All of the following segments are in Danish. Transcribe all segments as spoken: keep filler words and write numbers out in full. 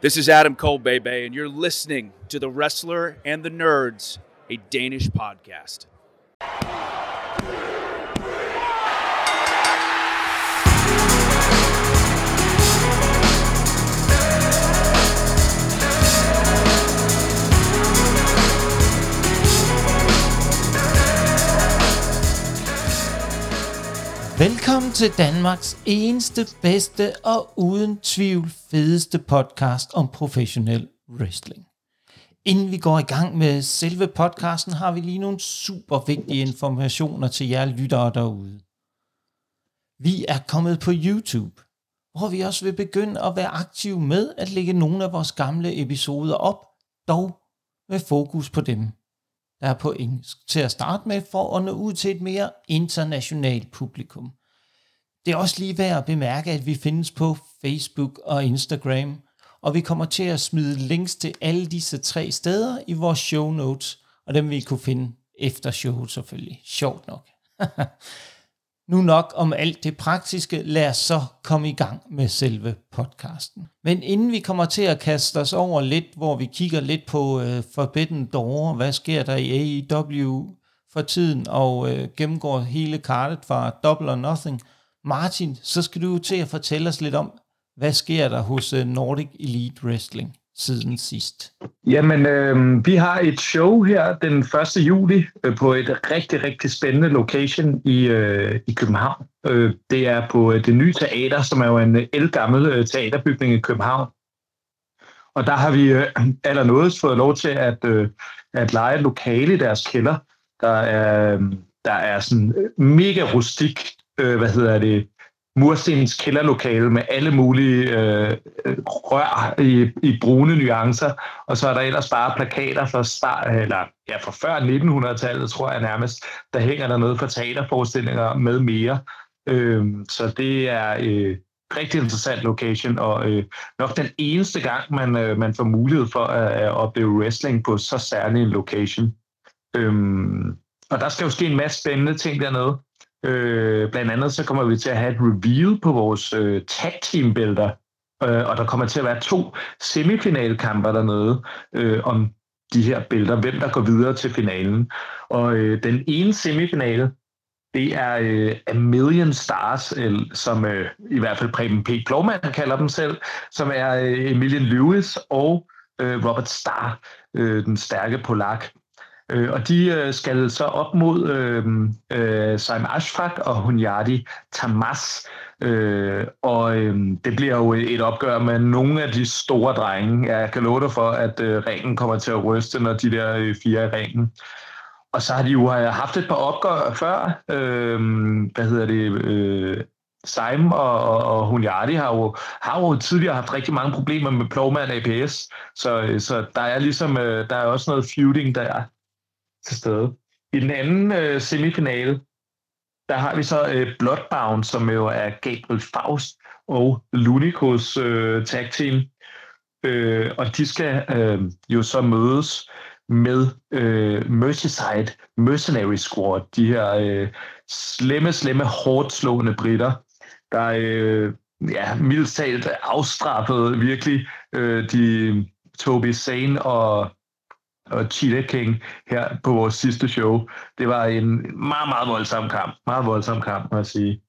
This is Adam Cole, baby, and you're listening to The Wrestler and the Nerds, a Danish podcast. Velkommen til Danmarks eneste, bedste og uden tvivl fedeste podcast om professionel wrestling. Inden vi går i gang med selve podcasten, har vi lige nogle super vigtige informationer til jer lyttere derude. Vi er kommet på YouTube, hvor vi også vil begynde at være aktive med at lægge nogle af vores gamle episoder op, dog med fokus på dem, der er på engelsk til at starte med, for at nå ud til et mere internationalt publikum. Det er også lige værd at bemærke, at vi findes på Facebook og Instagram, og vi kommer til at smide links til alle disse tre steder i vores show notes, og dem vi kunne finde efter showet selvfølgelig. Sjovt nok. Nu nok om alt det praktiske, lad os så komme i gang med selve podcasten. Men inden vi kommer til at kaste os over lidt, hvor vi kigger lidt på uh, Forbidden Door, hvad sker der i A E W for tiden, og uh, gennemgår hele kartet fra Double or Nothing. Martin, så skal du til at fortælle os lidt om, hvad sker der hos uh, Nordic Elite Wrestling siden sidst? Jamen, øh, vi har et show her den første juli øh, på et rigtig, rigtig spændende location i, øh, i København. Øh, det er på øh, det nye teater, som er jo en ældgammel øh, teaterbygning i København. Og der har vi øh, allernådigst fået lov til at, øh, at lege et lokale i deres kælder. Der er, øh, der er sådan mega rustik, øh, hvad hedder det, murstenens kælderlokale med alle mulige øh, rør i, i brune nuancer, og så er der ellers bare plakater fra start, eller ja, fra før nitten hundrede-tallet, tror jeg nærmest, der hænger der noget for teaterforestillinger med mere. Øh, så det er øh, rigtig interessant location, og øh, nok den eneste gang, man, øh, man får mulighed for at, at opleve wrestling på så særlig en location. Øh, og der skal jo ske en masse spændende ting dernede. Øh, blandt andet så kommer vi til at have et reveal på vores øh, tag team bælter, øh, og der kommer til at være to semifinalkamper dernede øh, om de her bælter, hvem der går videre til finalen. Og øh, den ene semifinale, det er øh, A Million Stars, øh, som øh, i hvert fald Preben P. Plovman kalder dem selv, som er øh, Emilian Lewis og øh, Robert Starr, øh, den stærke polak. Øh, og de øh, skal så op mod øh, øh, Saim Ashfaq og Hunyadi Tamaz. Øh, og øh, det bliver jo et opgør med nogle af de store drenge. Jeg kan love dig for, at øh, ringen kommer til at ryste, når de der øh, fire i ringen. Og så har de jo haft et par opgør før. Øh, hvad hedder det? Øh, Saim og, og, og Hunyadi har jo, har jo tidligere haft rigtig mange problemer med Plovman A P S. Så, så der er ligesom øh, der er også noget feuding der til stede. I den anden øh, semifinale, der har vi så øh, Bloodbound, som jo er Gabriel Faust og Lunicos øh, tag team. Øh, og de skal øh, jo så mødes med øh, Merseyside Mercenary Squad, de her øh, slemme, slemme, hårdt slående britter, der øh, ja, mildt talt afstraffede virkelig øh, de Toby Sane og og Cheetah King her på vores sidste show. Det var en meget, meget voldsom kamp. Meget voldsom kamp, må jeg sige.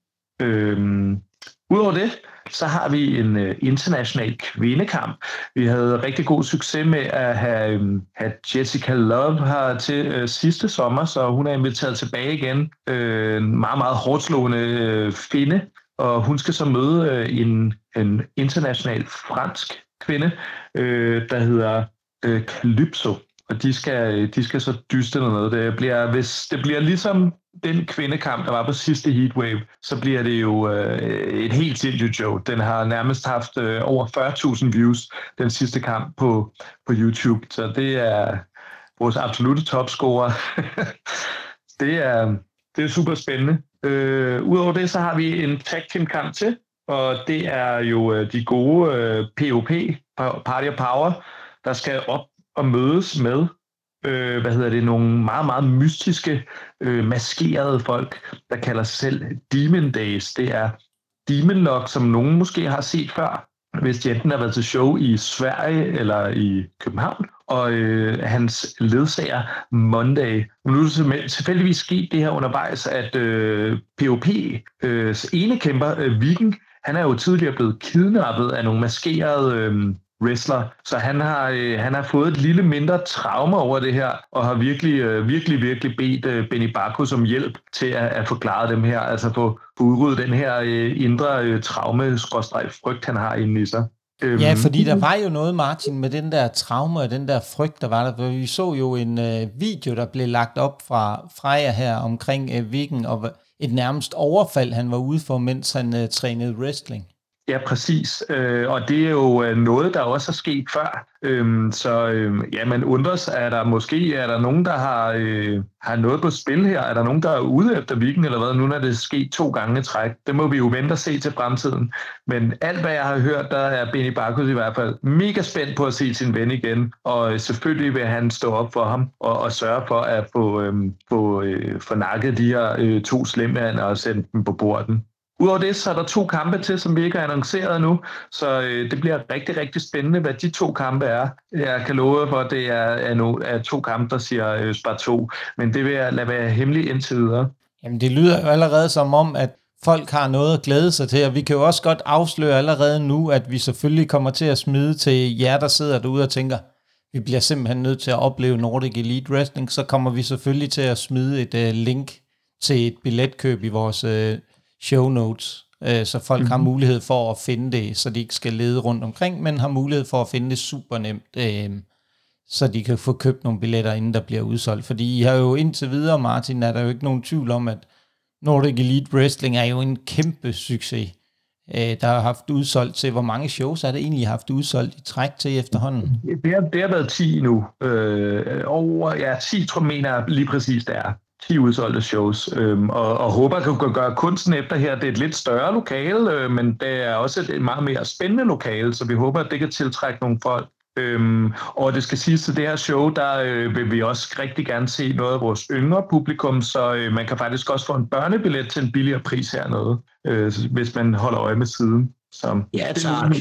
Øhm, Udover det, så har vi en uh, international kvindekamp. Vi havde rigtig god succes med at have, um, have Jessica Love her til uh, sidste sommer, så hun er inviteret tilbage igen. Uh, en meget, meget hårdslående uh, finde, og hun skal så møde uh, en, en international fransk kvinde, uh, der hedder Øh, Calypso, og de skal, de skal så dyste noget. Det bliver, hvis det bliver ligesom den kvindekamp, der var på sidste Heatwave, så bliver det jo øh, et helt sindssygt show. Den har nærmest haft øh, over fyrre tusind views, den sidste kamp på, på YouTube, så det er vores absolutte topscorer. det, er, det er super spændende. Øh, Udover det, så har vi en tag team kamp til, og det er jo øh, de gode øh, P O P, Party of Power, der skal op og mødes med, øh, hvad hedder det, nogle meget, meget mystiske, øh, maskerede folk, der kalder sig selv Demon Days. Det er Demon Lock, som nogen måske har set før. hvis de enten har været til show i Sverige eller i København, og øh, hans ledsager Monday. Nu er det tilfældigvis sket det her undervejs, at øh, P O P's øh, ene kæmper, øh, Viking, han er jo tidligere blevet kidnappet af nogle maskerede øh, wrestler, så han har, øh, han har fået et lille mindre traume over det her, og har virkelig, øh, virkelig, virkelig bedt øh, Benny Barkus om hjælp til at, at forklare dem her, altså få udryddet den her øh, indre øh, traume-frygt, han har inde i sig. Ja, fordi der var jo noget, Martin, med den der traume og den der frygt, der var der. Vi så jo en øh, video, der blev lagt op fra Freja her omkring øh, Viking, og et nærmest overfald, han var ude for, mens han øh, trænede wrestling. Ja, præcis. Øh, og det er jo noget, der også er sket før. Øhm, så øh, ja, man undres, er der måske er der nogen, der har, øh, har noget på spil her? Er der nogen, der er ude efter Viking, eller hvad? Nu når det er sket to gange i træk. Det må vi jo vente og se til fremtiden. Men alt, hvad jeg har hørt, der er Benny Barkus i hvert fald mega spændt på at se sin ven igen. Og selvfølgelig vil han stå op for ham og, og sørge for at få, øh, få øh, fornakket de her øh, to slemmænd og sendt dem på borden. Udover det, så er der to kampe til, som vi ikke har annonceret nu, så øh, det bliver rigtig, rigtig spændende, hvad de to kampe er. Jeg kan love for, at det er, er, no, er to kampe, der siger øh, spar to, men det vil jeg lade være hemmeligt indtil videre. Jamen det lyder jo allerede som om, at folk har noget at glæde sig til, og vi kan jo også godt afsløre allerede nu, at vi selvfølgelig kommer til at smide til jer, der sidder derude og tænker, vi bliver simpelthen nødt til at opleve Nordic Elite Wrestling, så kommer vi selvfølgelig til at smide et øh, link til et billetkøb i vores øh, show notes, øh, så folk mm-hmm. har mulighed for at finde det, så de ikke skal lede rundt omkring, men har mulighed for at finde det super nemt, øh, så de kan få købt nogle billetter, inden der bliver udsolgt. Fordi I har jo indtil videre, Martin, er der jo ikke nogen tvivl om, at Nordic Elite Wrestling er jo en kæmpe succes. Øh, der har haft udsolgt til, hvor mange shows har det egentlig haft udsolgt i træk til efterhånden? Det har, det har været ti nu. Øh, over, ja, ti tror jeg mener lige præcis, det er. ti udsolgte shows, øhm, og, og håber kan gøre kunsten efter her. Det er et lidt større lokale, øh, men det er også et meget mere spændende lokale, så vi håber, at det kan tiltrække nogle folk. Øhm, og det skal siges til det her show, der øh, vil vi også rigtig gerne se noget af vores yngre publikum, så øh, man kan faktisk også få en børnebillet til en billigere pris hernede, øh, hvis man holder øje med siden. Så, ja, tak.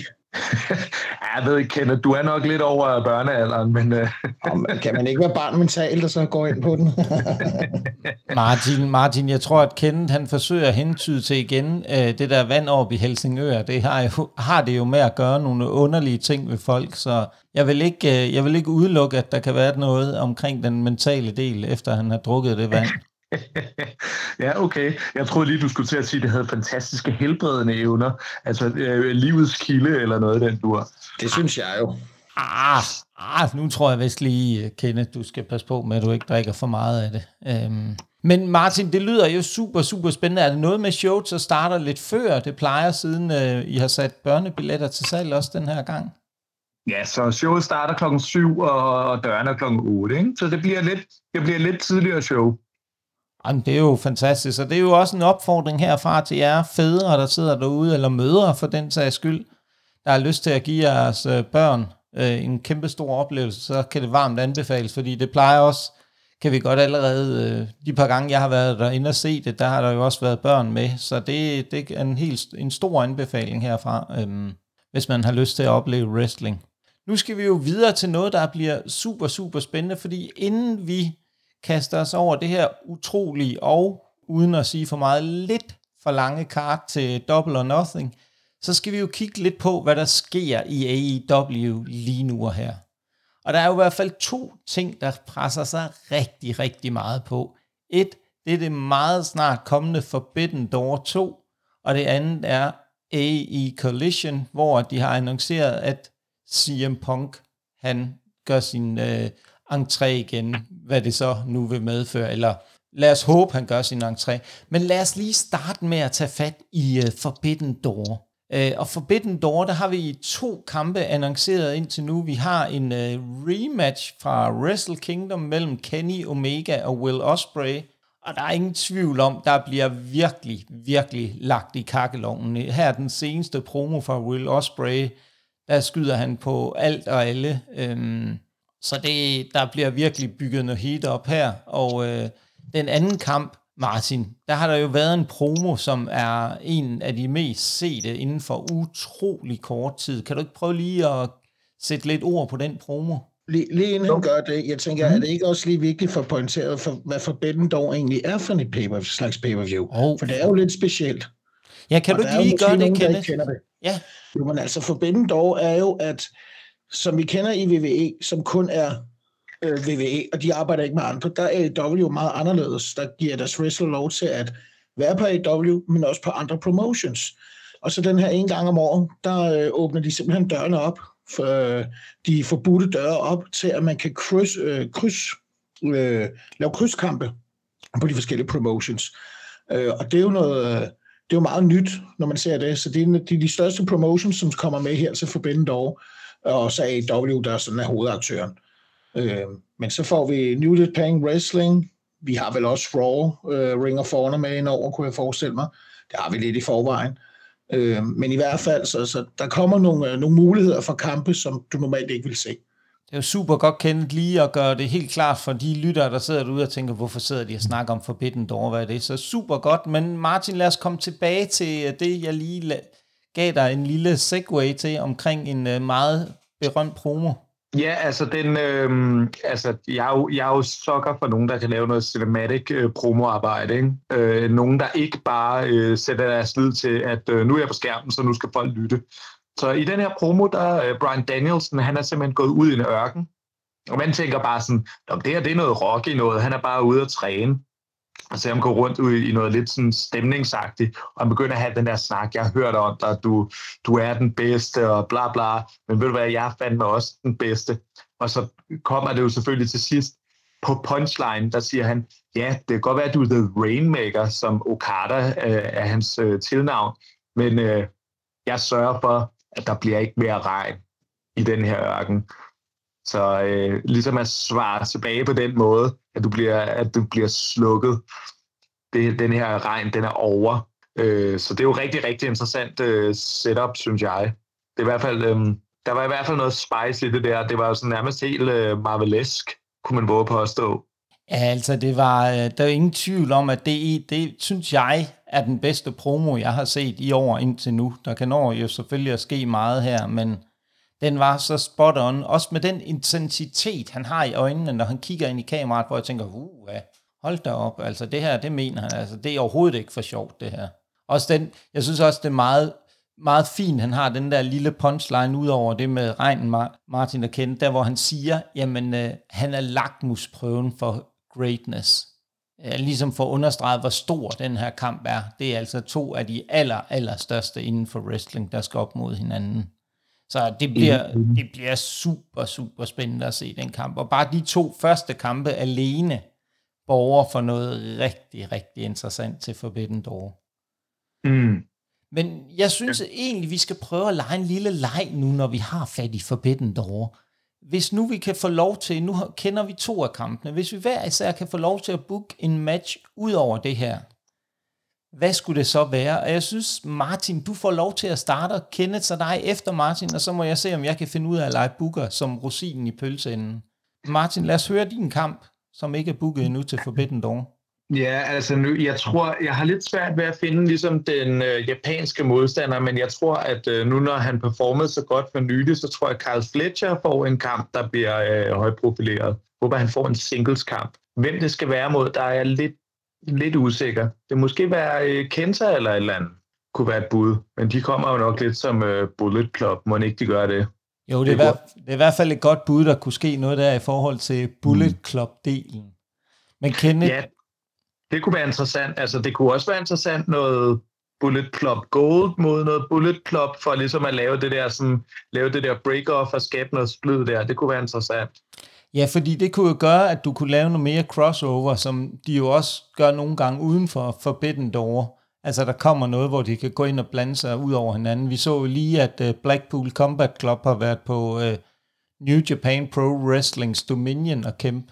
Jeg ved ikke, Kenneth, du er nok lidt over børnealderen, men... Uh... Kan man ikke være barn mentalt, og så går ind på den? Martin, Martin, jeg tror, at Kenneth, han forsøger at hentyde til igen, øh, det der vand op i Helsingør, det har, jo, har det jo med at gøre nogle underlige ting ved folk, så jeg vil, ikke, øh, jeg vil ikke udelukke, at der kan være noget omkring den mentale del, efter han har drukket det vand. Ja, okay. Jeg troede lige, du skulle til at sige, at det havde fantastiske helbredende evner. Altså øh, livets kilde eller noget den dur. Det synes jeg jo. Ah, ah, nu tror jeg vist lige, Kenneth, du skal passe på med, at du ikke drikker for meget af det. Øhm. Men Martin, det lyder jo super, super spændende. Er det noget med showet, så starter lidt før det plejer, siden øh, I har sat børnebilletter til salg også den her gang? Ja, så showet starter klokken syv, og døren er klokken otte, ikke? Så det bliver lidt, det bliver lidt tidligere show. Jamen, det er jo fantastisk, og det er jo også en opfordring herfra til jer fædre, der sidder derude, eller mødre for den sags skyld, der har lyst til at give jeres børn øh, en kæmpe stor oplevelse, så kan det varmt anbefales, fordi det plejer også, kan vi godt allerede, øh, de par gange jeg har været derinde og set det, der har der jo også været børn med, så det, det er en helt en stor anbefaling herfra, øh, hvis man har lyst til at opleve wrestling. Nu skal vi jo videre til noget, der bliver super, super spændende, fordi inden vi kaster os over det her utrolige og, uden at sige for meget, lidt for lange kart til Double or Nothing, så skal vi jo kigge lidt på, hvad der sker i A E W lige nu og her. Og der er jo i hvert fald to ting, der presser sig rigtig, rigtig meget på. Et, det er det meget snart kommende Forbidden Door to, og det andet er A E Collision, hvor de har annonceret, at C M Punk, han gør sin øh, entré igen, hvad det så nu vil medføre, eller lad os håbe, han gør sin entré. Men lad os lige starte med at tage fat i uh, Forbidden Door. Uh, og Forbidden Door, der har vi to kampe annonceret indtil nu. Vi har en uh, rematch fra Wrestle Kingdom mellem Kenny Omega og Will Ospreay, og der er ingen tvivl om, der bliver virkelig, virkelig lagt i kakkelovnen. Her er den seneste promo fra Will Ospreay, der skyder han på alt og alle. Um, Så det, der bliver virkelig bygget noget heat op her, og øh, den anden kamp, Martin, der har der jo været en promo, som er en af de mest sete inden for utrolig kort tid. Kan du ikke prøve lige at sætte lidt ord på den promo? Lige, lige inden han gør det, jeg tænker, mm. er det ikke også lige vigtigt for at pointere, for, hvad Forbidden Door egentlig er for en pay slags pay-per-view? Oh. For det er jo lidt specielt. Ja, kan og du ikke lige gøre det, Kenneth? Det. Ja. Jo, men altså, Forbidden Door er jo, at som vi kender i W W E, som kun er øh, W W E, og de arbejder ikke med andre, der er A E W meget anderledes. Der giver deres wrestler lov til at være på A E W, men også på andre promotions. Og så den her en gang om året, der øh, åbner de simpelthen dørene op, for, øh, de forbudte døre op, til at man kan kryds, øh, kryds, øh, lave krydskampe på de forskellige promotions. Øh, og det er jo noget, øh, det er jo meget nyt, når man ser det. Så det er de, de største promotions, som kommer med her til Forbidden Door, og så A E W, der sådan er hovedaktøren. Øh, men så får vi New Japan Wrestling. Vi har vel også Raw, øh, Ring of Honor med indover, kunne jeg forestille mig. Det har vi lidt i forvejen. Øh, men i hvert fald, så, så der kommer nogle, nogle muligheder for kampe, som du normalt ikke vil se. Det er jo super godt kendt lige at gøre det helt klart for de lyttere, der sidder derude og tænker, hvorfor sidder de og snakker om Forbidden Door, hvad er det? Så super godt, men Martin, lad os komme tilbage til det, jeg lige gav dig en lille segue til omkring en meget berømt promo. Ja, altså, den, øh, altså jeg, er jo, jeg er jo sokker for nogen, der kan lave noget cinematic øh, promoarbejde. Ikke? Øh, nogen, der ikke bare øh, sætter deres lid til, at øh, nu er jeg på skærmen, så nu skal folk lytte. Så i den her promo, der øh, Bryan Danielson, han er simpelthen gået ud i en ørken. Og man tænker bare sådan, det her det er noget rock i noget, han er bare ude at træne. Og så han går rundt ud i noget lidt sådan stemningsagtigt, og han begynder at have den der snak, jeg har hørt om dig, du, du er den bedste, og bla bla, men ved du hvad, jeg er fandme også den bedste. Og så kommer det jo selvfølgelig til sidst på punchline, der siger han, ja, det kan godt være, at du er The Rainmaker, som Okada øh, er hans øh, tilnavn, men øh, jeg sørger for, at der bliver ikke mere regn i den her ørken. Så øh, ligesom at svare tilbage på den måde, at du bliver, at du bliver slukket. Det, den her regn, den er over. Øh, så det er jo rigtig, rigtig interessant øh, setup, synes jeg. Det er i hvert fald, øh, der var i hvert fald noget spice i det der. Det var jo sådan nærmest helt øh, marvelesk, kunne man våge på at stå. Ja, altså det var, der er ingen tvivl om, at det, det synes jeg er den bedste promo, jeg har set i år indtil nu. Der kan nå jo selvfølgelig at ske meget her, men den var så spot on, også med den intensitet, han har i øjnene, når han kigger ind i kameraet, hvor jeg tænker, uh, hold da op, altså det her, det mener han, altså det er overhovedet ikke for sjovt, det her. Også den, jeg synes også, det er meget, meget fint, han har den der lille punchline ud over det med regnen, Martin og Ken, der hvor han siger, jamen øh, han er lakmusprøven for greatness. Øh, ligesom for at understrege, hvor stor den her kamp er. Det er altså to af de aller, aller største inden for wrestling, der skal op mod hinanden. Så det bliver, det bliver super, super spændende at se den kamp. Og bare de to første kampe alene borger for noget rigtig, rigtig interessant til Forbidden Door. Mm. Men jeg synes egentlig, vi skal prøve at lege en lille leg nu, når vi har fat i Forbidden Door. Hvis nu vi kan få lov til, nu kender vi to af kampene, hvis vi hver især kan få lov til at booke en match ud over det her, hvad skulle det så være? Og jeg synes, Martin, du får lov til at starte og kende sig dig efter Martin, og så må jeg se, om jeg kan finde ud af at lege booker som rosinen i pølseenden. Martin, lad os høre din kamp, som ikke er booket endnu til Forbidden Door. Ja, altså nu, jeg tror, jeg har lidt svært ved at finde ligesom den øh, japanske modstander, men jeg tror, at øh, nu når han performede så godt for nylig, så tror jeg, at Carl Fletcher får en kamp, der bliver øh, højprofileret. Håber, han får en singles-kamp. Hvem det skal være mod, der er jeg lidt, lidt usikker. Det måske være øh, Kenta eller et eller andet, kunne være et bud, men de kommer jo nok lidt som øh, Bullet Club, må ikke de gøre det. Jo, det er, det, er det er i hvert fald et godt bud, der kunne ske noget der i forhold til Bullet Club-delen. Men Kenneth... Ja. Det kunne være interessant. Altså, det kunne også være interessant noget Bullet Club Gold mod noget Bullet Club for ligesom at lave det der, sådan, lave det der break-off og skabe noget splid der. Det kunne være interessant. Ja, fordi det kunne jo gøre, at du kunne lave noget mere crossover, som de jo også gør nogle gange uden for Forbidden Door. Altså, der kommer noget, hvor de kan gå ind og blande sig ud over hinanden. Vi så jo lige, at uh, Blackpool Combat Club har været på uh, New Japan Pro Wrestlings Dominion og kæmpe.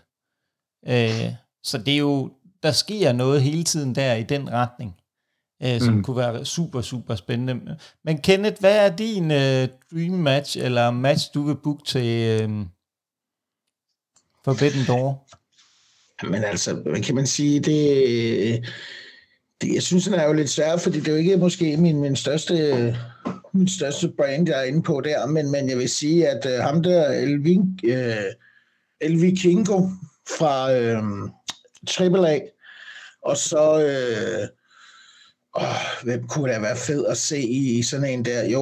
Uh, så det er jo der sker noget hele tiden der i den retning, øh, som mm. kunne være super, super spændende. Men Kenneth, hvad er din øh, dream match, eller match, du vil booke til øh, Forbidden Door? Men altså, hvad kan man sige, det, det jeg synes, den er jo lidt svær, fordi det er jo ikke måske min, min største min største brand, jeg er inde på der, men, men jeg vil sige, at uh, ham der, Elvin, uh, Elvi Kingo fra uh, Triple A, og så, uh, oh, hvem kunne det være fed at se i, i sådan en der? Jo,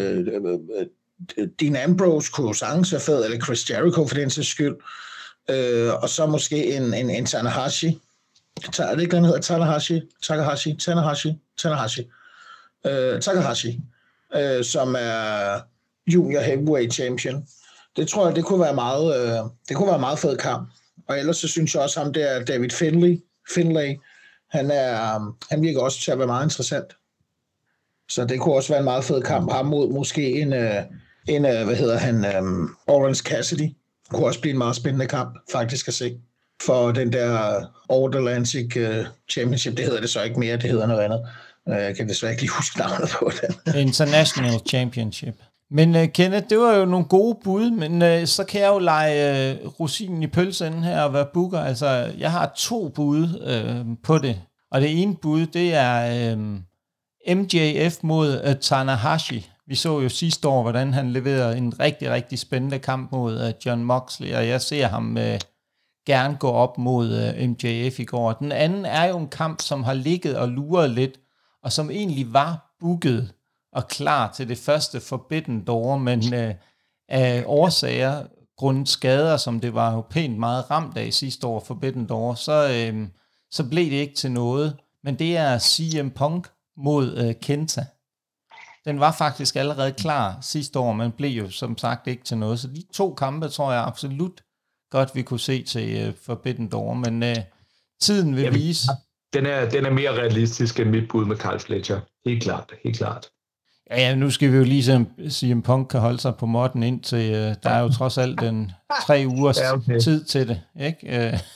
uh, Dean Ambrose kunne sagtens være fed, eller Chris Jericho for den sags skyld, uh, og så måske en, en, en Tanahashi. Er det ikke, den hedder Tanahashi? Takahashi? Tanahashi? Tanahashi? Uh, Takahashi. Øh, som er junior heavyweight champion. Det tror jeg, det kunne være meget, øh, det kunne være meget fed kamp. Og ellers så synes jeg også, ham der David Finlay, Finlay han, er, han virker også til at være meget interessant. Så det kunne også være en meget fed kamp. Ham mod måske en, øh, en øh, hvad hedder han, øh, Orange Cassidy. Det kunne også blive en meget spændende kamp, faktisk at se. For den der All Atlantic øh, Championship, det hedder det så ikke mere, det hedder noget andet. Jeg kan desværre ikke lige huske navnet på den. International Championship. Men uh, Kenneth, det var jo nogle gode bud, men uh, så kan jeg jo lege uh, rosinen i pølsen her og være booker. Altså, jeg har to bud uh, på det. Og det ene bud, det er uh, M J F mod uh, Tanahashi. Vi så jo sidste år, hvordan han leverede en rigtig, rigtig spændende kamp mod uh, John Moxley, og jeg ser ham uh, gerne gå op mod uh, M J F i går. Den anden er jo en kamp, som har ligget og luret lidt, og som egentlig var booket og klar til det første Forbidden Door, men øh, af årsager, grundet skader, som det var jo pænt meget ramt af sidste år Forbidden Door, så, øh, så blev det ikke til noget. Men det er C M Punk mod øh, Kenta. Den var faktisk allerede klar sidste år, men blev jo som sagt ikke til noget. Så de to kampe tror jeg absolut godt, vi kunne se til øh, Forbidden Door, men øh, tiden vil Jamen. vise... Den er, den er mere realistisk end mit bud med Carl Fletcher. Helt klart, helt klart. Ja, ja, nu skal vi jo lige se, om C M Punk kan holde sig på måtten indtil, uh, der er jo trods alt en tre ugers ja, okay. tid til det, ikke? Uh,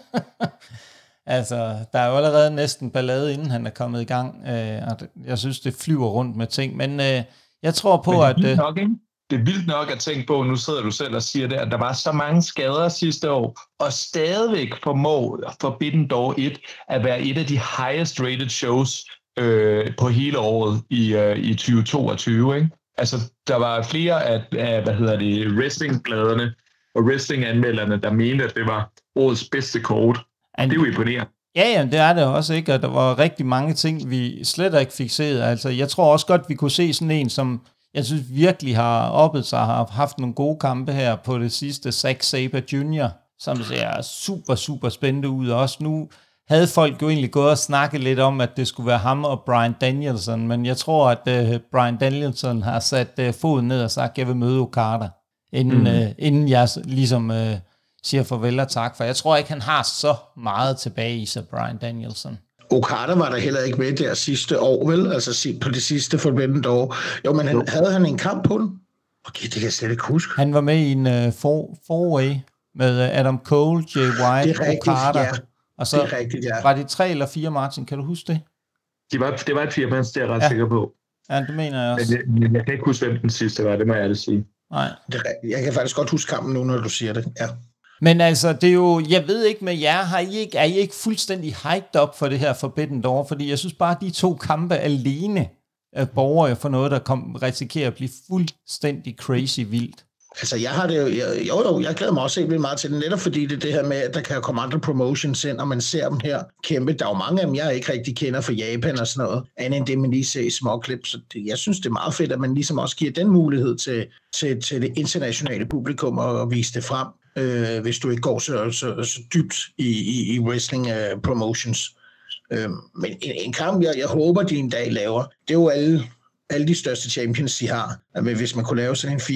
altså, der er jo allerede næsten ballade, inden han er kommet i gang, uh, og jeg synes, det flyver rundt med ting, men uh, jeg tror på, at... Uh, nok, ikke? Det er vildt nok at tænke på, nu sidder du selv og siger det, at der var så mange skader sidste år, og stadigvæk formår Forbidden Door et at være et af de highest rated shows øh, på hele året i, øh, i tyve toogtyve. Ikke? Altså, der var flere af, af hvad hedder det, wrestlingbladerne og wrestlinganmelderne, der mente, at det var årets bedste kort. And, det er jo imponerende. Ja, ja, det er det også, ikke? Og der var rigtig mange ting, vi slet ikke fik set. Altså, jeg tror også godt, vi kunne se sådan en, som jeg synes virkelig har oppet sig, har haft nogle gode kampe her på det sidste, Zack Sabre junior, som ser super, super spændende ud. Også nu havde folk jo egentlig gået og snakket lidt om, at det skulle være ham og Bryan Danielson, men jeg tror, at uh, Bryan Danielson har sat uh, foden ned og sagt, at jeg vil møde Okada, inden, mm. uh, inden jeg ligesom uh, siger farvel og tak, for jeg tror ikke, han har så meget tilbage i sig, Bryan Danielson. Okada var der heller ikke med der sidste år, vel? Altså på det sidste Forbidden Door. Jo, men han, havde han en kamp på den? Okay, det kan jeg slet ikke huske. Han var med i en uh, four, four-way med uh, Adam Cole, Jay White, det er rigtigt, Okada. Ja. Og så det er rigtigt, ja. Var det tre eller fire, Martin? Kan du huske det? Det var, det var et firmands, det er jeg ret ja. sikker på. Ja, det mener jeg også. Men jeg, jeg kan ikke huske, hvem den sidste var, det må jeg ærligt sige. Nej. Det er, jeg kan faktisk godt huske kampen nu, når du siger det, ja. Men altså, det er jo, jeg ved ikke med jer, har I ikke, er I ikke fuldstændig hyped up for det her Forbidden Door? Fordi jeg synes bare, at de to kampe alene borger for noget, der kom, risikerer at blive fuldstændig crazy vildt. Altså, jeg har det jo, jeg, jo, jo, jeg glæder mig også helt vildt meget til det, netop fordi det er det her med, at der kan komme andre promotions ind, og man ser dem her kæmpe. Der er jo mange af dem, jeg ikke rigtig kender fra Japan og sådan noget, andet end det, man lige ser i småklip. Så det, jeg synes, det er meget fedt, at man ligesom også giver den mulighed til, til, til det internationale publikum at vise det frem. Øh, hvis du ikke går så, så, så dybt i, i, i wrestling uh, promotions. Øh, men en, en kamp, jeg, jeg håber, de en dag laver, det er jo alle, alle de største champions, de har. Men hvis man kunne lave sådan en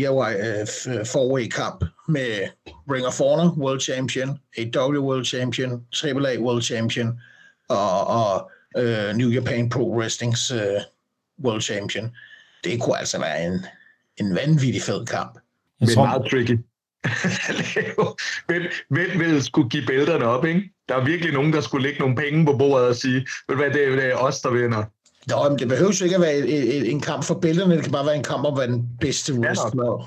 four-way kamp med Ring of Honor World Champion, A W World Champion, Triple A World Champion og, og uh, New Japan Pro Wrestlings uh, World Champion, det kunne altså være en, en vanvittig fed kamp. Men meget tricky. hvem, hvem vil skulle give bælterne op, ikke? Der er virkelig nogen, der skulle lægge nogle penge på bordet og sige, ved du hvad, det er, det er os, der vinder. Nå, men det behøver jo ikke at være en, en, en kamp for bælterne, det kan bare være en kamp om at være den bedste wrestler.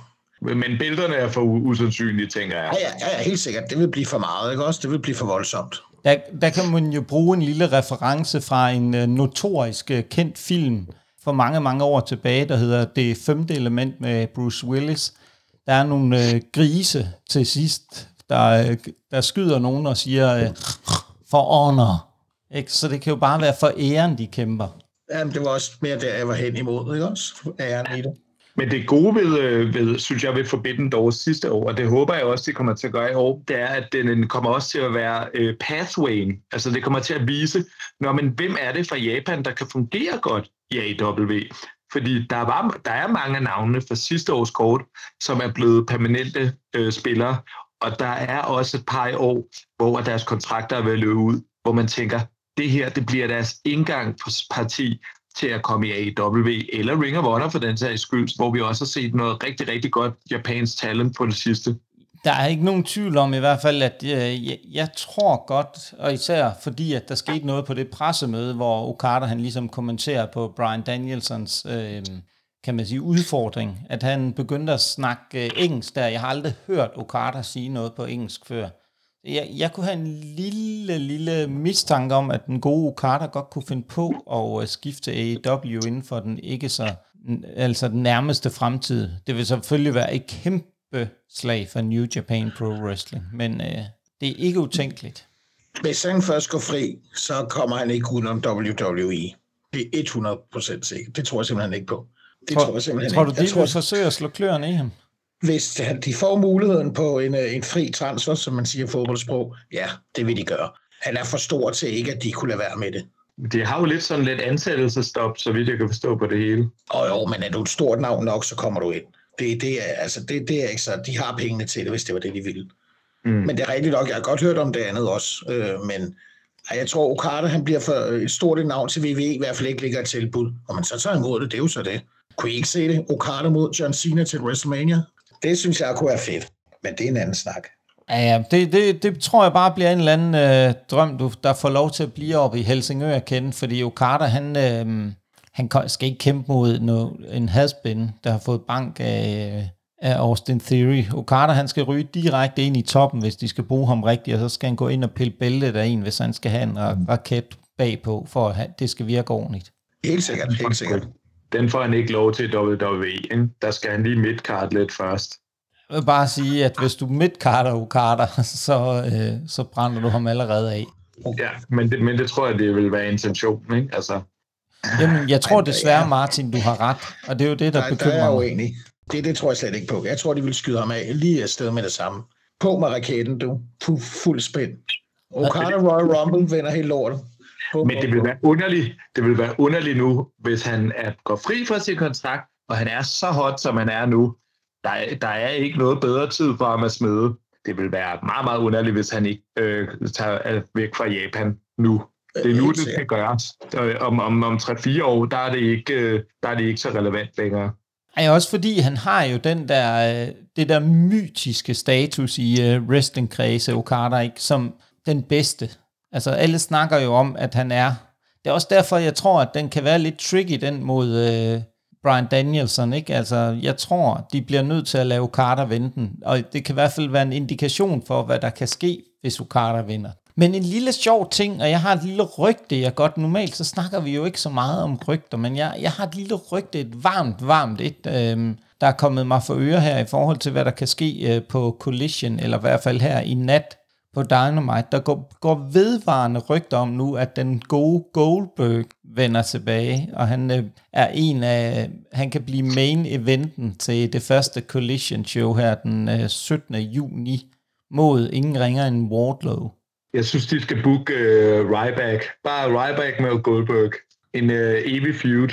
Men billederne er for usandsynlige, tænker jeg. Ja, ja, ja, helt sikkert. Det vil blive for meget, ikke også? Det vil blive for voldsomt. Der, der kan man jo bruge en lille reference fra en uh, notorisk uh, kendt film for mange, mange år tilbage, der hedder Det femte element med Bruce Willis. Der er nogle uh, grise til sidst, der, uh, der skyder nogen og siger uh, for honor. Ikke? Så det kan jo bare være for æren, de kæmper. Jamen, det var også mere der, jeg var hen imod, ikke også? Æren i det. Men det gode ved, ved, synes jeg, ved Forbidden Doors sidste år, og det håber jeg også, det kommer til at gøre i år, det er, at den kommer også til at være øh, pathwayen. Altså det kommer til at vise, når, men hvem er det fra Japan, der kan fungere godt i A E W? Fordi der, var, der er mange navne fra sidste års kort, som er blevet permanente øh, spillere, og der er også et par år, hvor deres kontrakter er ved at løbe ud, hvor man tænker, det her det bliver deres indgang på parti til at komme i A E W, eller Ring of Honor for den sags skyld, hvor vi også har set noget rigtig, rigtig godt japansk talent på det sidste. Der er ikke nogen tvivl om i hvert fald, at øh, jeg, jeg tror godt, og især fordi, at der skete noget på det pressemøde, hvor Okada han ligesom kommenterer på Bryan Danielsons øh, kan man sige, udfordring, at han begyndte at snakke øh, engelsk der. Jeg har aldrig hørt Okada sige noget på engelsk før. Jeg, jeg kunne have en lille, lille mistanke om, at den gode Okada godt kunne finde på at uh, skifte A E W inden for den ikke så, altså den nærmeste fremtid. Det vil selvfølgelig være et kæmpe slag for New Japan Pro Wrestling, men uh, det er ikke utænkeligt. Hvis han først går fri, så kommer han ikke udenom W W E. Det er hundrede procent sikkert. Det tror jeg simpelthen ikke på. Det tror, tror jeg simpelthen tror ikke. du, de tror, vil forsøge at slå kløerne i ham? Hvis de får muligheden på en, en fri transfer, som man siger i fodboldsprog, ja, det vil de gøre. Han er for stor til ikke, at de kunne lade være med det. De har jo lidt sådan lidt ansættelsesstop, så vidt jeg kan forstå på det hele. Og jo, men er du et stort navn nok, så kommer du ind. Det, det, er, altså, det, det er ikke så. De har pengene til det, hvis det var det, de ville. Mm. Men det er rigtigt nok. Jeg har godt hørt om det andet også. Øh, men jeg tror, Okada han bliver for et stort navn til W W E, i hvert fald ikke ligger et tilbud. Og man så tager imod det, det er jo så det. Kunne I ikke se det? Okada mod John Cena til WrestleMania? Det synes jeg kunne være fedt, men det er en anden snak. Ja, ja det, det, det tror jeg bare bliver en eller anden øh, drøm, du, der får lov til at blive oppe i Helsingør kende, fordi Okada, han, øh, han skal ikke kæmpe mod no, en hadspin, der har fået bank af, af Austin Theory. Okada, han skal ryge direkte ind i toppen, hvis de skal bruge ham rigtigt, og så skal han gå ind og pille bæltet af en, hvis han skal have en raket bagpå, for at det skal virke ordentligt. Helt sikkert, helt sikkert. Den får han ikke lov til i W W E, ikke? Der skal han lige midcard lidt først. Jeg vil bare sige, at hvis du midcarder Okada, så, øh, så brænder du ham allerede af. Ja, men det, men det tror jeg, det vil være intentionen, ikke? Altså. Jamen, jeg tror desværre, Martin, du har ret, og det er jo det, der, der bekymrer mig. Der er jeg uenig. Det, det tror jeg slet ikke på. Jeg tror, de vil skyde ham af lige afsted med det samme. På med raketten, du. Fuld spænd. Okada Royal Rumble vender helt lortet. Men det vil være underligt, det vil være underligt nu, hvis han er, går fri fra sin kontrakt, og han er så hot, som han er nu. Der er, der er ikke noget bedre tid for ham at smide. Det vil være meget, meget underligt, hvis han ikke øh, tager væk fra Japan nu. Det er nu, det skal gøres. Om, om, om tre fire år, der er, det ikke, der er det ikke så relevant længere. Ej, også fordi han har jo den der, det der mytiske status i uh, wrestlingkredse, Okada, ikke, som den bedste. Altså, alle snakker jo om, at han er... Det er også derfor, jeg tror, at den kan være lidt tricky, den mod øh, Bryan Danielson, ikke? Altså, jeg tror, de bliver nødt til at lade Okada vinde den, og det kan i hvert fald være en indikation for, hvad der kan ske, hvis Okada vinder. Men en lille sjov ting, og jeg har et lille rygte, jeg godt normalt, så snakker vi jo ikke så meget om rygter, men jeg, jeg har et lille rygte, et varmt, varmt et, øh, der er kommet mig for øre her, i forhold til, hvad der kan ske øh, på Collision, eller i hvert fald her i nat, på Dynamite, der går, går vedvarende rygter om nu, at den gode Goldberg vender tilbage, og han øh, er en af, han kan blive main eventen til det første Collision show her den øh, syttende juni mod ingen ringer end Wardlow. Jeg synes, de skal booke uh, Ryback. Bare Ryback med Goldberg. En uh, evig feud.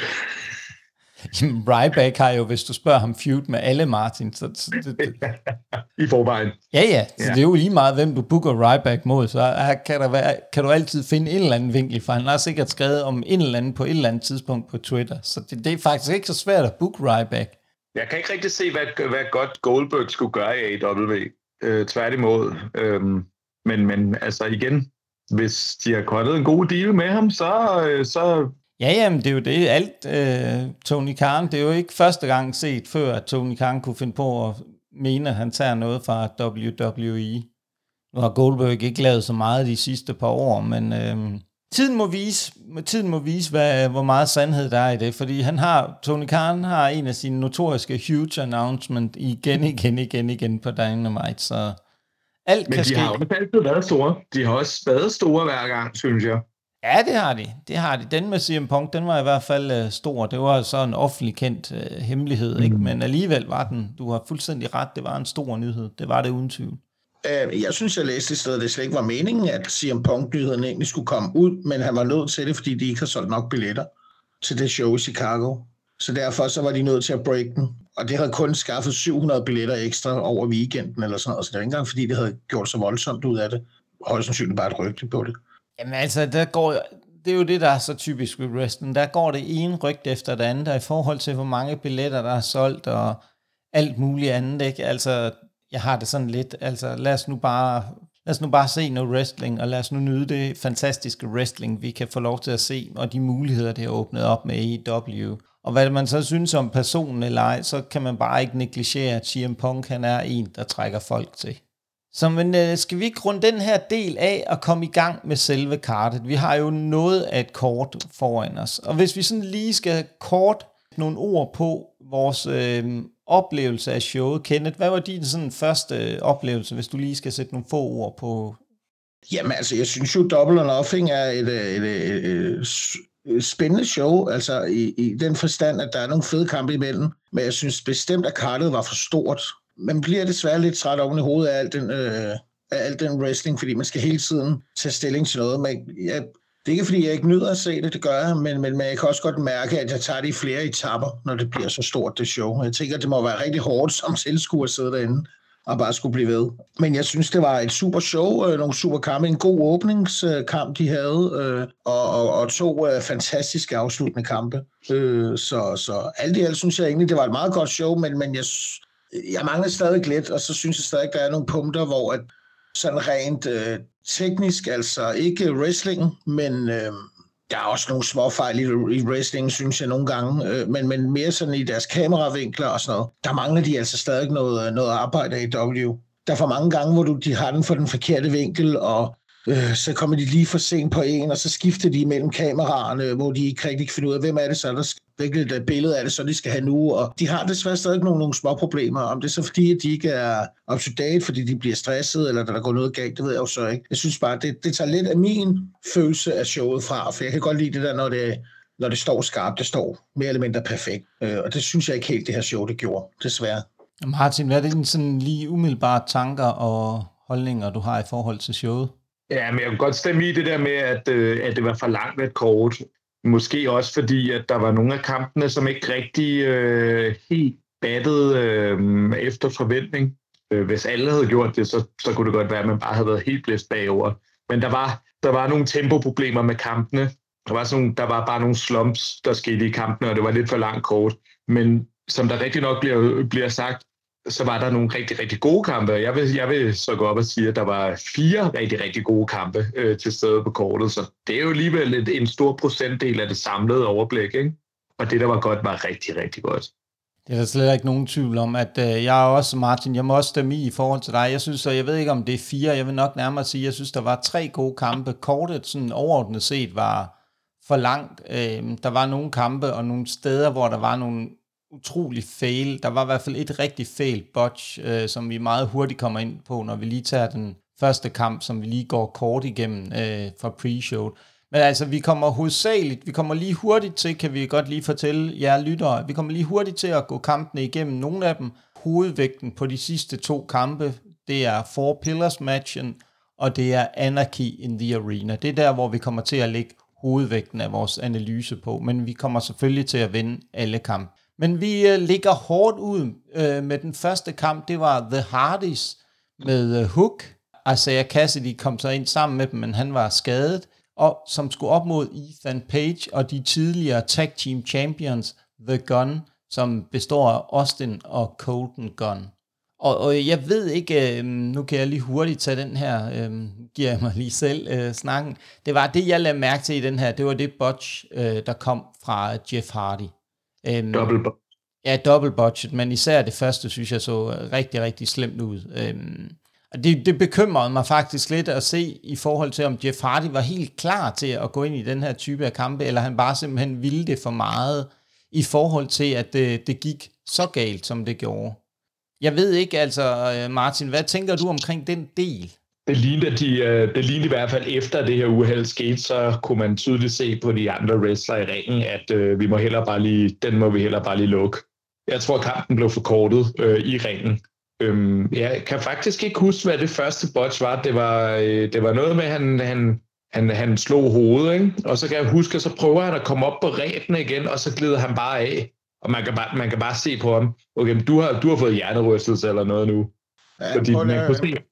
Jamen, Ryback har jo, hvis du spørger ham, feud med alle, Martin. Så, så det, det. I forvejen. Ja, ja. Så ja. Det er jo lige meget, hvem du booker Ryback mod. Så kan, der være, kan du altid finde en eller anden vinkel, for han har sikkert skrevet om en eller anden på et eller andet tidspunkt på Twitter. Så det, det er faktisk ikke så svært at booke Ryback. Jeg kan ikke rigtig se, hvad, hvad godt Goldberg skulle gøre i A E W. Øh, tværtimod. Øhm, men, men altså igen, hvis de har kottet en god deal med ham, så... Øh, så Ja, jamen, det er jo det. Alt øh, Tony Khan, det er jo ikke første gang set før, at Tony Khan kunne finde på at mene, han tager noget fra W W E. Nu har Goldberg ikke lavet så meget de sidste par år, men øhm, tiden må vise, tiden må vise hvad, hvor meget sandhed der er i det, fordi han har, Tony Khan har en af sine notoriske huge announcement igen, igen, igen, igen på Dynamite, så alt men kan de ske. har jo også altid været store. De har også været store hver gang, synes jeg. Ja, det har de. Det har de. Den med C M Punk, den var i hvert fald uh, stor. Det var så en offentlig kendt uh, hemmelighed, mm. ikke? Men alligevel var den, du har fuldstændig ret, det var en stor nyhed. Det var det uden tvivl. Jeg synes, jeg læste i stedet, at det slet ikke var meningen, at C M Punk-nyheden egentlig skulle komme ud, men han var nødt til det, fordi de ikke har solgt nok billetter til det show i Chicago. Så derfor så var de nødt til at break den. Og det havde kun skaffet syv hundrede billetter ekstra over weekenden eller sådan noget. Så det var ikke engang, fordi det havde gjort så voldsomt ud af det. Højst sandsynligt bare et rygte på det. Jamen altså, der går, det er jo det, der er så typisk ved wrestling. Der går det ene rygte efter det andet, der i forhold til, hvor mange billetter, der er solgt, og alt muligt andet, ikke? Altså, jeg har det sådan lidt, altså lad os nu bare, lad os nu bare se noget wrestling, og lad os nu nyde det fantastiske wrestling, vi kan få lov til at se, og de muligheder, det har åbnet op med A E W. Og hvad man så synes om personen eller ej, så kan man bare ikke negligere, at C M Punk, han er en, der trækker folk til. Så men, øh, skal vi ikke runde den her del af og komme i gang med selve kartet? Vi har jo noget af et kort foran os. Og hvis vi sådan lige skal kort nogle ord på vores øh, oplevelse af showet. Kenneth, hvad var din sådan første oplevelse, hvis du lige skal sætte nogle få ord på? Jamen altså, jeg synes jo, Double or Nothing er et, et, et, et, et spændende show, altså i, i den forstand, at der er nogle fede kampe imellem. Men jeg synes bestemt, at kartet var for stort. Man bliver desværre lidt træt oven i hovedet af al den, øh, af al den wrestling, fordi man skal hele tiden tage stilling til noget. Men jeg, det er ikke, fordi jeg ikke nyder at se det, det gør jeg, men, men, men jeg kan også godt mærke, at jeg tager det i flere etapper, når det bliver så stort, det show. Jeg tænker, at det må være rigtig hårdt som tilskuer at sidde derinde og bare skulle blive ved. Men jeg synes, det var et super show, øh, nogle super kampe, en god åbningskamp, de havde, øh, og, og, og to øh, fantastiske afsluttende kampe. Øh, så, så alt i alt synes jeg egentlig, det var et meget godt show, men, men jeg, jeg mangler stadig lidt, og så synes jeg stadig, der er nogle punkter, hvor at sådan rent øh, teknisk, altså ikke wrestling, men øh, der er også nogle små fejl i, i wrestling, synes jeg nogle gange, øh, men, men mere sådan i deres kameravinkler og sådan noget. Der mangler de altså stadig noget, noget arbejde i W. Der er for mange gange, hvor du, de har den for den forkerte vinkel, og øh, så kommer de lige for sent på en, og så skifter de mellem kameraerne, hvor de ikke rigtig kan finde ud af, hvem er det så, der hvilket billede er det så, de skal have nu, og de har desværre stadig nogle, nogle små problemer. Om det er så fordi, at de ikke er up to date, fordi de bliver stresset, eller der går noget galt, det ved jeg jo så ikke. Jeg synes bare, det, det tager lidt af min følelse af showet fra, for jeg kan godt lide det der, når det, når det står skarpt, det står mere eller mindre perfekt. Og det synes jeg ikke helt, det her show, det gjorde, desværre. Martin, hvad er det sådan lige umiddelbare tanker og holdninger, du har i forhold til showet? Ja, men jeg kan godt stemme i det der med, at, at det var for langt et kort. Måske også fordi, at der var nogle af kampene, som ikke rigtig øh, helt battede øh, efter forventning. Øh, hvis alle havde gjort det, så, så kunne det godt være, at man bare havde været helt blæst bagover. Men der var, der var nogle tempoproblemer med kampene. Der var, sådan, der var bare nogle slumps, der skete i kampene, og det var lidt for langt kort. Men som der rigtig nok bliver, bliver sagt, så var der nogle rigtig, rigtig gode kampe. Jeg vil, jeg vil så gå op og sige, at der var fire rigtig, rigtig gode kampe øh, til stede på kortet. Så det er jo alligevel et, en stor procentdel af det samlede overblik, ikke? Og det, der var godt, var rigtig, rigtig godt. Det er der slet ikke nogen tvivl om, at øh, jeg er også, Martin, jeg må også stemme i i forhold til dig. Jeg synes, og jeg ved ikke, om det er fire. Jeg vil nok nærmere sige, at jeg synes, der var tre gode kampe. Kortet, sådan overordnet set, var for langt. Øh, der var nogle kampe og nogle steder, hvor der var nogle utrolig fail. Der var i hvert fald et rigtig fail botch, øh, som vi meget hurtigt kommer ind på, når vi lige tager den første kamp, som vi lige går kort igennem øh, fra pre-showet. Men altså, vi kommer hovedsageligt, vi kommer lige hurtigt til, kan vi godt lige fortælle jer lyttere, vi kommer lige hurtigt til at gå kampene igennem. Nogle af dem, hovedvægten på de sidste to kampe, det er Four Pillars matchen, og det er Anarchy in the Arena. Det er der, hvor vi kommer til at lægge hovedvægten af vores analyse på, men vi kommer selvfølgelig til at vinde alle kampe. Men vi øh, ligger hårdt ud øh, med den første kamp, det var The Hardys med øh, Hook. Isaiah Cassidy kom så ind sammen med dem, men han var skadet, og som skulle op mod Ethan Page og de tidligere tag team champions, The Gun, som består af Austin og Colton Gunn. Og, og jeg ved ikke, øh, nu kan jeg lige hurtigt tage den her, øh, giver jeg mig lige selv øh, snakken. Det var det, jeg lagde mærke til i den her, det var det botch, øh, der kom fra Jeff Hardy. Um, Double botch. Ja, double budget, men især det første, synes jeg så rigtig, rigtig slemt ud. Øhm, og det, det bekymrede mig faktisk lidt at se i forhold til, om Jeff Hardy var helt klar til at gå ind i den her type af kampe, eller han bare simpelthen ville det for meget i forhold til, at det, det gik så galt, som det gjorde. Jeg ved ikke, altså Martin, hvad tænker du omkring den del? Det lignede, de, det lignede i hvert fald efter det her uheld skete, så kunne man tydeligt se på de andre wrestlere i ringen, at øh, vi må hellere bare lige, den må vi hellere bare lige lukke. Jeg tror, kampen blev forkortet øh, i ringen. Øhm, jeg kan faktisk ikke huske, hvad det første botch var. Det var, øh, det var noget med, at han, han, han, han slog hovedet, ikke? Og så kan jeg huske, at så prøver han at komme op på rebene igen, og så glider han bare af. Og man kan bare, man kan bare se på ham, okay, du har, du har fået hjernerystelse eller noget nu. Ja, fordi man kunne se...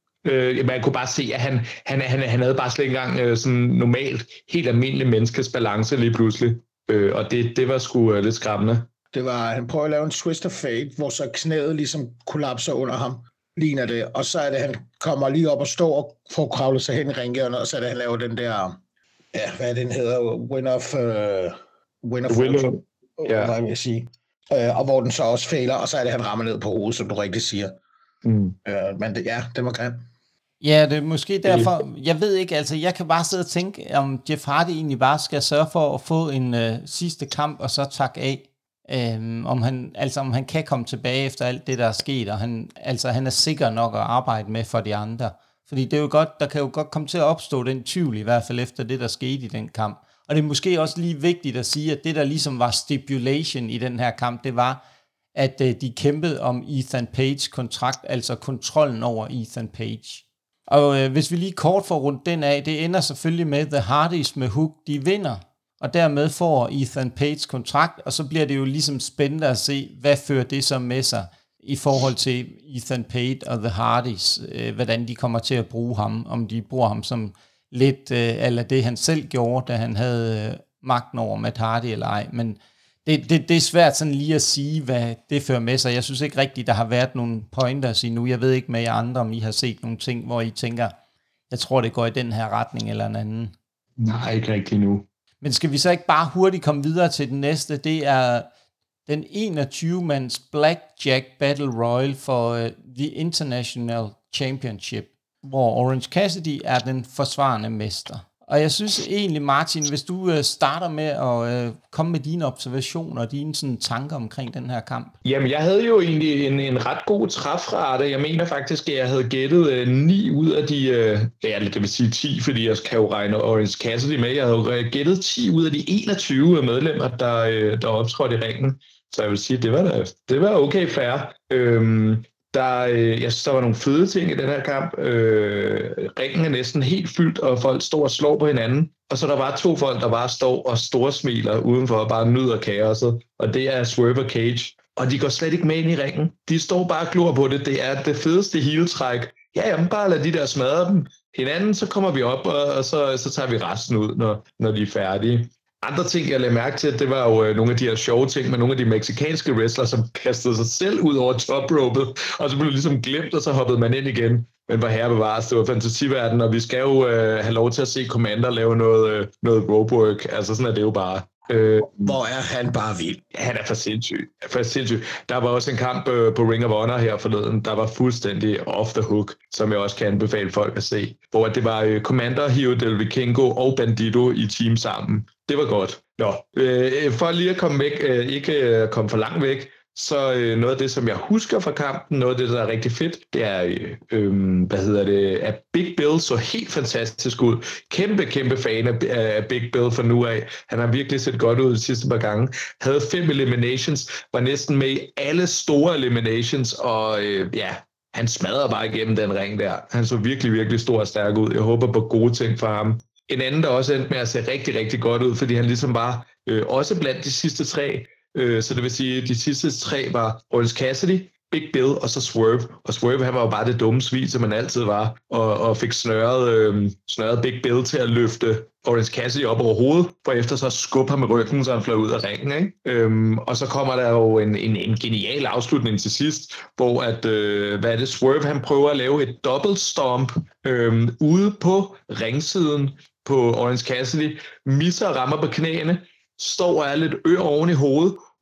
Øh, man kunne bare se, at han, han, han, han havde bare slet ikke engang øh, sådan normalt, helt almindelig menneskes balance lige pludselig. Øh, og det, det var sgu øh, lidt skræmmende. Det var, han prøver at lave en twist of fate, hvor så knæet ligesom kollapser under ham, ligner det. Og så er det, han kommer lige op og står og får kravlet sig hen i ringhjørnet, og så er det, han laver den der, ja, hvad den hedder, win of, uh, win of fortune, yeah. Hvad vil jeg sige. Uh, og hvor den så også fejler, og så er det, han rammer ned på hovedet, som du rigtig siger. Mm. Uh, men det, ja, det var grimt. Ja, det er måske derfor, jeg ved ikke, altså jeg kan bare sidde og tænke, om Jeff Hardy egentlig bare skal sørge for at få en øh, sidste kamp, og så takke af, øhm, om han, altså om han kan komme tilbage efter alt det, der er sket, og han, altså han er sikker nok at arbejde med for de andre, fordi det er jo godt, der kan jo godt komme til at opstå den tvivl, i hvert fald efter det, der skete i den kamp, og det er måske også lige vigtigt at sige, at det, der ligesom var stipulation i den her kamp, det var, at øh, de kæmpede om Ethan Page kontrakt, altså kontrollen over Ethan Page. Og øh, hvis vi lige kort får rundt den af, det ender selvfølgelig med The Hardys med Hook, de vinder, og dermed får Ethan Page kontrakt, og så bliver det jo ligesom spændende at se, hvad fører det så med sig i forhold til Ethan Page og The Hardys, øh, hvordan de kommer til at bruge ham, om de bruger ham som lidt øh, eller det han selv gjorde, da han havde øh, magten over Matt Hardy eller ej, men det, det, det er svært sådan lige at sige, hvad det fører med sig. Jeg synes ikke rigtigt, der har været nogle pointers endnu. Jeg ved ikke med jer andre, om I har set nogle ting, hvor I tænker, jeg tror, det går i den her retning eller en anden. Nej, ikke rigtigt nu. Men skal vi så ikke bare hurtigt komme videre til den næste? Det er den enogtyve-mands Blackjack Battle Royal for uh, The International Championship, hvor Orange Cassidy er den forsvarende mester. Og jeg synes egentlig, Martin, hvis du øh, starter med at øh, komme med dine observationer og dine sådan, tanker omkring den her kamp. Jamen, jeg havde jo egentlig en, en ret god træfrate. Jeg mener faktisk, at jeg havde gættet øh, ni ud af de, øh, ja, det vil sige ti, fordi jeg kan jo regne Orange Cassidy med. Jeg havde gættet ti ud af de enogtyve medlemmer, der, øh, der optrådte i ringen. Så jeg vil sige, det var, det var okay fair. Øhm, Der, øh, jeg synes, der var nogle fede ting i den her kamp. Øh, ringen er næsten helt fyldt, og folk står og slår på hinanden. Og så der var to folk, der bare står og storsmiler udenfor og bare nyder kaoset. Og det er Swerve og Cage. Og de går slet ikke med ind i ringen. De står bare og glor på det. Det er det fedeste heel-træk. Ja, jamen bare lad de der smadre dem hinanden, så kommer vi op, og, og så, så tager vi resten ud, når, når de er færdige. Andre ting, jeg lagde mærke til, det var jo øh, nogle af de her sjove ting med nogle af de mexikanske wrestlere, som kastede sig selv ud over top-ropet, og så blev det ligesom glemt, og så hoppede man ind igen. Men hvor herre bevares, det var fantasiverden, og vi skal jo øh, have lov til at se Commander lave noget, øh, noget ropework. Altså sådan er det jo bare. Øh, Hvor er han bare vild? Han er for sindssyg. For sindssyg. Der var også en kamp øh, på Ring of Honor her forleden, der var fuldstændig off the hook, som jeg også kan anbefale folk at se. Hvor det var øh, Commander, Hijo del Vikingo og Bandito i team sammen. Det var godt. Nå, øh, for lige at komme væk, øh, ikke øh, komme for langt væk, så øh, noget af det, som jeg husker fra kampen, noget af det, der er rigtig fedt, det er, øh, øh, hvad hedder det, at Big Bill så helt fantastisk ud. Kæmpe, kæmpe fan af, af Big Bill fra nu af. Han har virkelig set godt ud de sidste par gange. Havde fem eliminations, var næsten med i alle store eliminations, og øh, ja, han smadrer bare igennem den ring der. Han så virkelig, virkelig stor og stærk ud. Jeg håber på gode ting for ham. En anden, der også endte med at se rigtig, rigtig godt ud, fordi han ligesom var øh, også blandt de sidste tre. Øh, så det vil sige, at de sidste tre var Orange Cassidy, Big Bill og så Swerve. Og Swerve, han var jo bare det dumme svin, som han altid var, og, og fik snørret, øh, snørret Big Bill til at løfte Orange Cassidy op over hovedet, for efter så skubbe ham med ryggen, så han fløj ud af ringen. Ikke? Øhm, og så kommer der jo en, en, en genial afslutning til sidst, hvor at, øh, hvad er det, Swerve, han prøver at lave et double stomp øh, ude på ringsiden på Orange Cassidy, misser og rammer på knæene, står og er lidt ør oven i hovedet,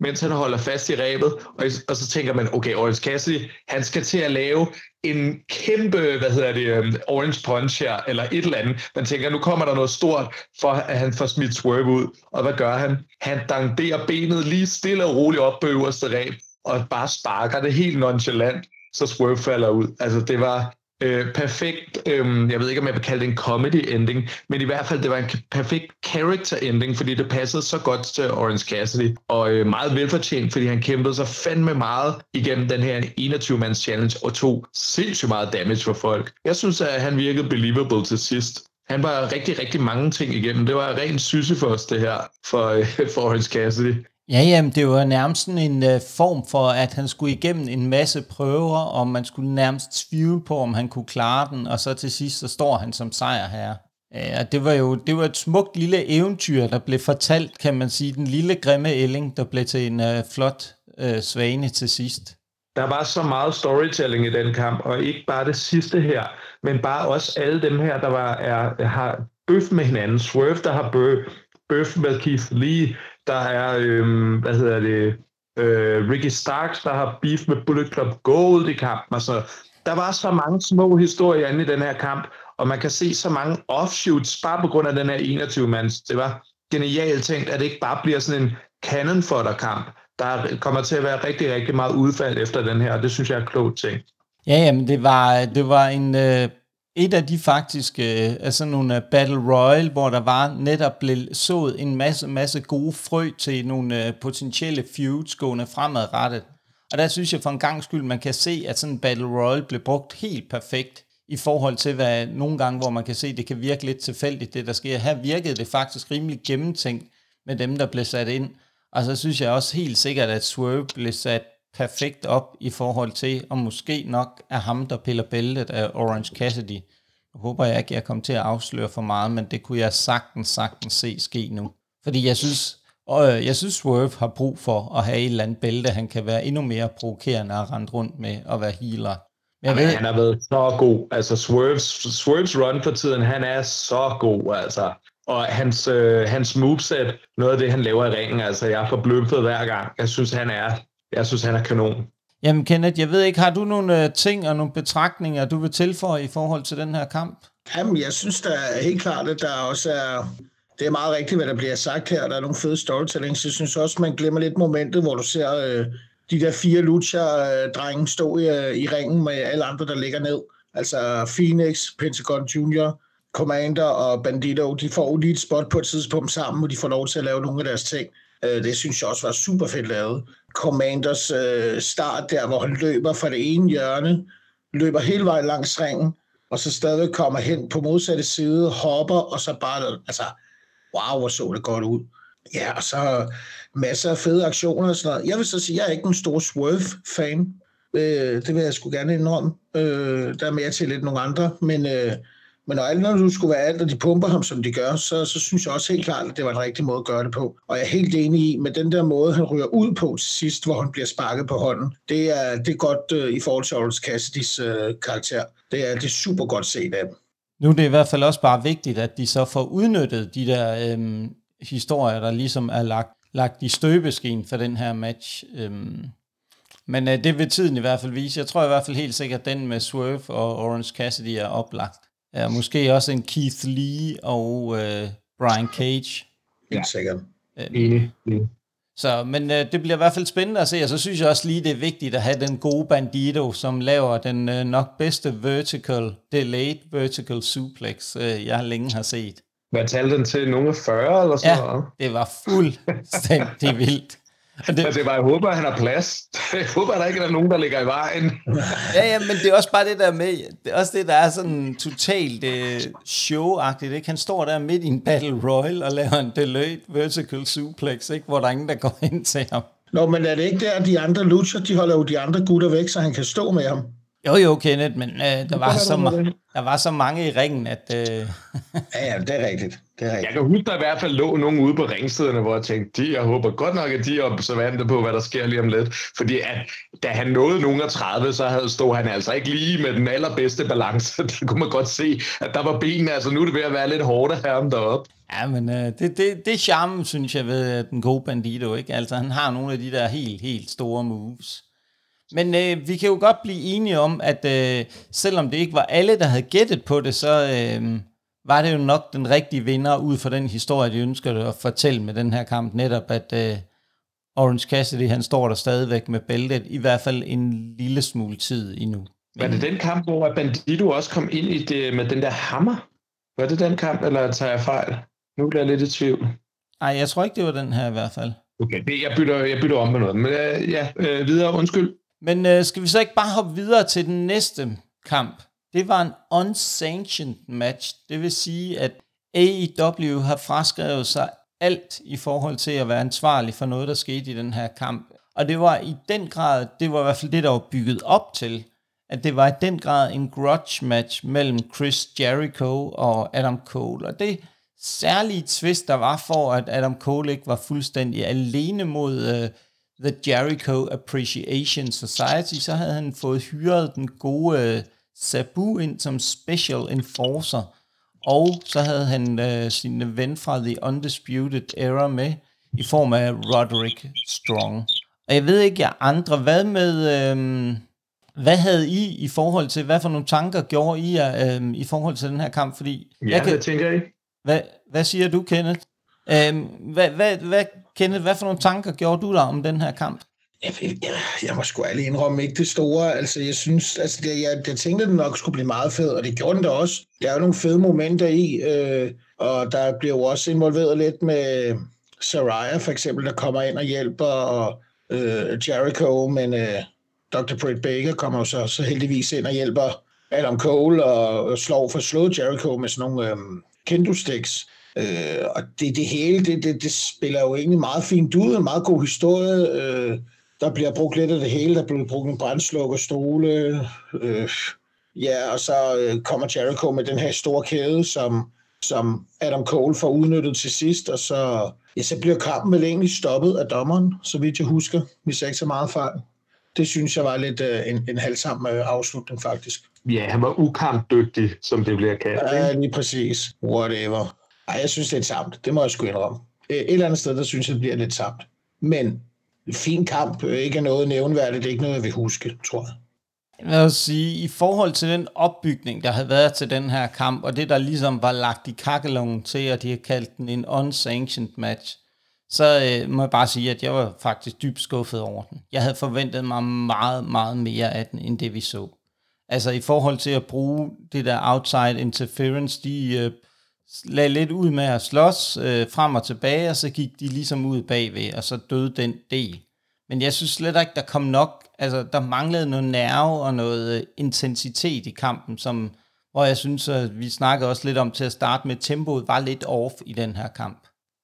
mens han holder fast i rebet, og, og så tænker man, okay, Orange Cassidy, han skal til at lave en kæmpe, hvad hedder det, um, orange punch her, eller et eller andet. Man tænker, nu kommer der noget stort, for at han får smidt Swerve ud. Og hvad gør han? Han danderer benet lige stille og roligt op på øverste reb, og bare sparker det helt nonchalant, så Swerve falder ud. Altså, det var øh, perfekt, øh, jeg ved ikke, om jeg vil kalde det en comedy ending, men i hvert fald, det var en perfekt character ending, fordi det passede så godt til Orange Cassidy, og øh, meget velfortjent, fordi han kæmpede så fandme meget igennem den her enogtyve-mands challenge, og tog sindssygt meget damage for folk. Jeg synes, at han virkede believable til sidst. Han var rigtig, rigtig mange ting igennem. Det var rent Sisyphos, det her, for, øh, for Orange Cassidy. Ja, jamen, det var nærmest sådan en uh, form for, at han skulle igennem en masse prøver, og man skulle nærmest tvivle på, om han kunne klare den, og så til sidst, så står han som sejrherre. Ja, det var jo det var et smukt lille eventyr, der blev fortalt, kan man sige, den lille grimme ælling, der blev til en uh, flot uh, svane til sidst. Der var så meget storytelling i den kamp, og ikke bare det sidste her, men bare også alle dem her, der var, er, har bøf med hinanden. Swerve, der har bøf, bøf med Keith Lee, der er, øhm, hvad hedder det, øh, Ricky Starks, der har beef med Bullet Club Gold i kampen. Altså, der var så mange små historier inde i den her kamp, og man kan se så mange offshoots, bare på grund af den her enogtyve-mands. Det var genialt tænkt, at det ikke bare bliver sådan en cannon fodder-kamp. Der kommer til at være rigtig, rigtig meget udfald efter den her, og det synes jeg er klogt tænkt. Ja, jamen, det var, det var en... Øh Et af de faktisk, øh, altså nogle uh, Battle Royale, hvor der var netop blevet sået en masse, masse gode frø til nogle uh, potentielle feuds gående fremadrettet. Og der synes jeg for en gang skyld, man kan se, at sådan en Battle Royale blev brugt helt perfekt i forhold til, hvad nogle gange, hvor man kan se, det kan virke lidt tilfældigt, det der sker. Her virkede det faktisk rimelig gennemtænkt med dem, der blev sat ind. Og så synes jeg også helt sikkert, at Swerve blev sat perfekt op i forhold til, og måske nok er ham, der piller bæltet af Orange Cassidy. Jeg håber jeg ikke, jeg kommer til at afsløre for meget, men det kunne jeg sagtens, sagtens se ske nu. Fordi jeg synes, øh, jeg synes Swerve har brug for at have et eller andet bælte, han kan være endnu mere provokerende at rende rundt med og være healer. Men jeg Jamen, ved, han har været så god. Altså Swerves, Swerves run for tiden, han er så god, altså. Og hans, øh, hans moveset, noget af det, han laver i ringen, altså jeg får bløbet hver gang. Jeg synes, han er... Jeg synes, han er kanon. Jamen Kenneth, jeg ved ikke, har du nogle uh, ting og nogle betragtninger, du vil tilføje i forhold til den her kamp? Jamen, jeg synes da helt klart, at der også er... Det er meget rigtigt, hvad der bliver sagt her. Der er nogle fede storytellings. Jeg synes også, man glemmer lidt momentet, hvor du ser øh, de der fire lucha-drenge stå i, øh, i ringen med alle andre, der ligger ned. Altså Phoenix, Pentagon junior, Commander og Bandito, de får lige et spot på et tidspunkt sammen, hvor de får lov til at lave nogle af deres ting. Det synes jeg også var super fedt lavet. Commanders øh, start der, hvor han løber fra det ene hjørne, løber hele vejen langs ringen, og så stadig kommer hen på modsatte side, hopper, og så bare, altså, wow, hvor så det godt ud. Ja, og så masser af fede aktioner og sådan noget. Jeg vil så sige, jeg er ikke en stor Swerve-fan. Øh, det vil jeg sgu gerne indrømme. Øh, der er mere til lidt nogle andre, men... Øh, Men når alle, når du skulle være alt, og de pumper ham, som de gør, så, så synes jeg også helt klart, at det var en rigtig måde at gøre det på. Og jeg er helt enig i, med den der måde, han ryger ud på til sidst, hvor han bliver sparket på hånden. Det er, det er godt uh, i forhold til Orange Cassidys uh, karakter. Det er, det er super godt set af dem. Nu er det i hvert fald også bare vigtigt, at de så får udnyttet de der øhm, historier, der ligesom er lagt, lagt i støbeskeen for den her match. Øhm. Men øh, det vil tiden i hvert fald vise. Jeg tror i hvert fald helt sikkert, at den med Swerve og Orange Cassidy er oplagt. Ja, måske også en Keith Lee og øh, Brian Cage. Helt sikkert. Enig. Enig. Så, men øh, det bliver i hvert fald spændende at se, og så synes jeg også lige, det er vigtigt at have den gode Bandito, som laver den øh, nok bedste vertical, delayed vertical suplex, øh, jeg længe har set. Hvad talte den til? Nogle fyrre eller sådan ja, noget? Det var fuldstændig vildt. Og det, altså, jeg, bare, jeg håber, at han har plads. Jeg håber, at der ikke er nogen, der ligger i vejen. ja, ja, men det er også bare det der med, det er også det, der er sådan totalt uh, show-agtigt, ikke? Han står der midt i en Battle Royale og laver en delayed vertical suplex, ikke? Hvor der er ingen, der går ind til ham. Nå, men er det ikke der, de andre lucher, de holder jo de andre gutter væk, så han kan stå med ham? Jo, jo, Kenneth, men uh, der, var så ma- der var så mange i ringen, at... Uh... ja, ja, det er rigtigt. Det Det er jeg kan huske, der i hvert fald lå nogen ude på ringstederne, hvor jeg tænkte, de, jeg håber godt nok, at de er observante på, hvad der sker lige om lidt. Fordi at, da han nåede nogen af tredive, så havde, stod han altså ikke lige med den allerbedste balance. Der kunne man godt se, at der var benene, altså nu er det ved at være lidt hårdt at have ham deroppe. Ja, men øh, det, det, det er charmen, synes jeg, ved den gode Bandito, ikke? Altså, han har nogle af de der helt, helt store moves. Men øh, vi kan jo godt blive enige om, at øh, selvom det ikke var alle, der havde gættet på det, så øh, var det jo nok den rigtige vinder ud fra den historie, de ønsker at fortælle med den her kamp. Netop, at øh, Orange Cassidy, han står der stadigvæk med bæltet, i hvert fald en lille smule tid endnu. Var det den kamp, hvor Bandito også kom ind i det med den der hammer? Var det den kamp, eller tager jeg fejl? Nu bliver jeg lidt i tvivl. Nej, jeg tror ikke, det var den her i hvert fald. Okay, det, jeg, bytter, jeg bytter om med noget. Men øh, ja, øh, videre, undskyld. Men øh, skal vi så ikke bare hoppe videre til den næste kamp? Det var en unsanctioned match. Det vil sige, at A E W har fraskrevet sig alt i forhold til at være ansvarlig for noget, der skete i den her kamp. Og det var i den grad, det var i hvert fald det, der var bygget op til, at det var i den grad en grudge match mellem Chris Jericho og Adam Cole. Og det særlige twist, der var for, at Adam Cole ikke var fuldstændig alene mod uh, The Jericho Appreciation Society, så havde han fået hyret den gode uh, Sabu ind som special enforcer, og så havde han uh, sin ven fra The Undisputed Era med, i form af Roderick Strong. Og jeg ved ikke, jer andre, hvad med, uh, hvad havde I i forhold til, hvad for nogle tanker gjorde I uh, i forhold til den her kamp? Fordi Ja, jeg kan, hvad tænker I? Hvad, hvad siger du, Kenneth? Øhm, hvad, hvad, hvad, Kenneth, hvad for nogle tanker gjorde du der om den her kamp? Jeg, jeg, jeg må sgu ærlig indrømme ikke det store. Altså, jeg synes, altså, det, jeg, jeg tænkte, at den nok skulle blive meget fed, og det gjorde den da også. Der er jo nogle fede momenter i, øh, og der bliver jo også involveret lidt med Saraya, for eksempel, der kommer ind og hjælper, og øh, Jericho, men øh, doktor Britt Baker kommer jo så, så heldigvis ind og hjælper Adam Cole, og, og slår for slået Jericho med sådan nogle øh, kendo sticks. Øh, og det, det hele, det, det, det spiller jo egentlig meget fint ud, en meget god historie. Øh, der bliver brugt lidt af det hele, der bliver brugt en brændslukker, stole, øh, ja, og så øh, kommer Jericho med den her store kæde, som, som Adam Cole får udnyttet til sidst, og så, ja, så bliver kampen vel egentlig stoppet af dommeren, så vidt jeg husker, hvis jeg ikke så meget fejl. Det synes jeg var lidt øh, en, en halvsam øh, afslutning, faktisk. Ja, han var ukampdygtig, som det bliver kaldt. Ja, lige præcis. Whatever. Ej, jeg synes, det er samt. Det må jeg sgu indrømme. Et eller andet sted, der synes jeg, det bliver lidt samt. Men fin kamp, ikke er noget nævnværdigt, det er ikke noget, jeg vil huske, tror jeg. Jeg vil sige, i forhold til den opbygning, der havde været til den her kamp, og det, der ligesom var lagt i kakkeloven til, at de har kaldt den en unsanctioned match, så øh, må jeg bare sige, at jeg var faktisk dybt skuffet over den. Jeg havde forventet mig meget, meget mere af den, end det vi så. Altså i forhold til at bruge det der outside interference, de øh, lagde lidt ud med at slås øh, frem og tilbage, og så gik de ligesom ud bagved, og så døde den del. Men jeg synes slet ikke, der kom nok, altså der manglede noget nerve og noget øh, intensitet i kampen, som, hvor jeg synes, at vi snakkede også lidt om til at starte med, tempoet var lidt off i den her kamp.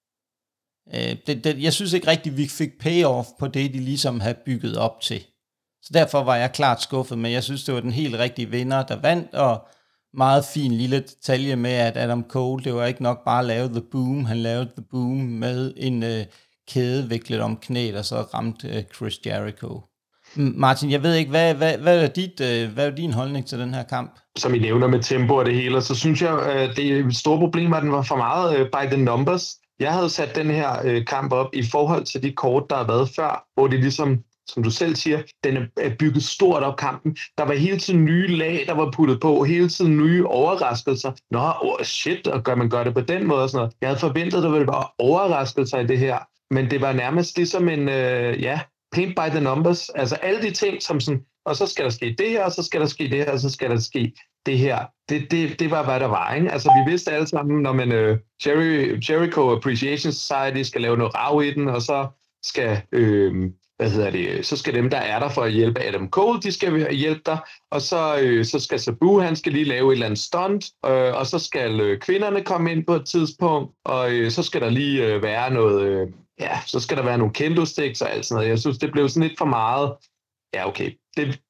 Øh, det, det, jeg synes ikke rigtigt, vi fik payoff på det, de ligesom havde bygget op til. Så derfor var jeg klart skuffet, men jeg synes, det var den helt rigtige vinder, der vandt, og meget fin lille detalje med, at Adam Cole, det var ikke nok bare at lave The Boom, han lavede The Boom med en øh, kæde viklet om knæet, og så ramte øh, Chris Jericho. Martin, jeg ved ikke, hvad, hvad, hvad, er dit, øh, hvad er din holdning til den her kamp? Som I nævner med tempo og det hele, så synes jeg, at det store problem var, at den var for meget øh, by the numbers. Jeg havde sat den her øh, kamp op i forhold til de kort, der har været før, hvor det ligesom, som du selv siger, den er bygget stort op kampen. Der var hele tiden nye lag, der var puttet på, hele tiden nye overraskelser. Nå, oh shit, og gør man gør det på den måde og sådan noget. Jeg havde forventet, at der ville være overraskelser i det her, men det var nærmest ligesom en, øh, ja, paint by the numbers. Altså alle de ting, som sådan, og så skal der ske det her, og så skal der ske det her, og så skal der ske det her. Det, det, det var, hvad der var, ikke? Altså, vi vidste alle sammen, når man uh, Jerry, Jericho Appreciation Society skal lave noget rav i den, og så skal, øh, hvad hedder det, så skal dem, der er der for at hjælpe Adam Cole, de skal hjælpe dig, og så, øh, så skal Sabu, han skal lige lave et eller andet stunt, øh, og så skal øh, kvinderne komme ind på et tidspunkt, og øh, så skal der lige øh, være noget, øh, ja, så skal der være nogle kendo sticks og alt sådan noget. Jeg synes, det blev sådan lidt for meget. Ja, okay. Det,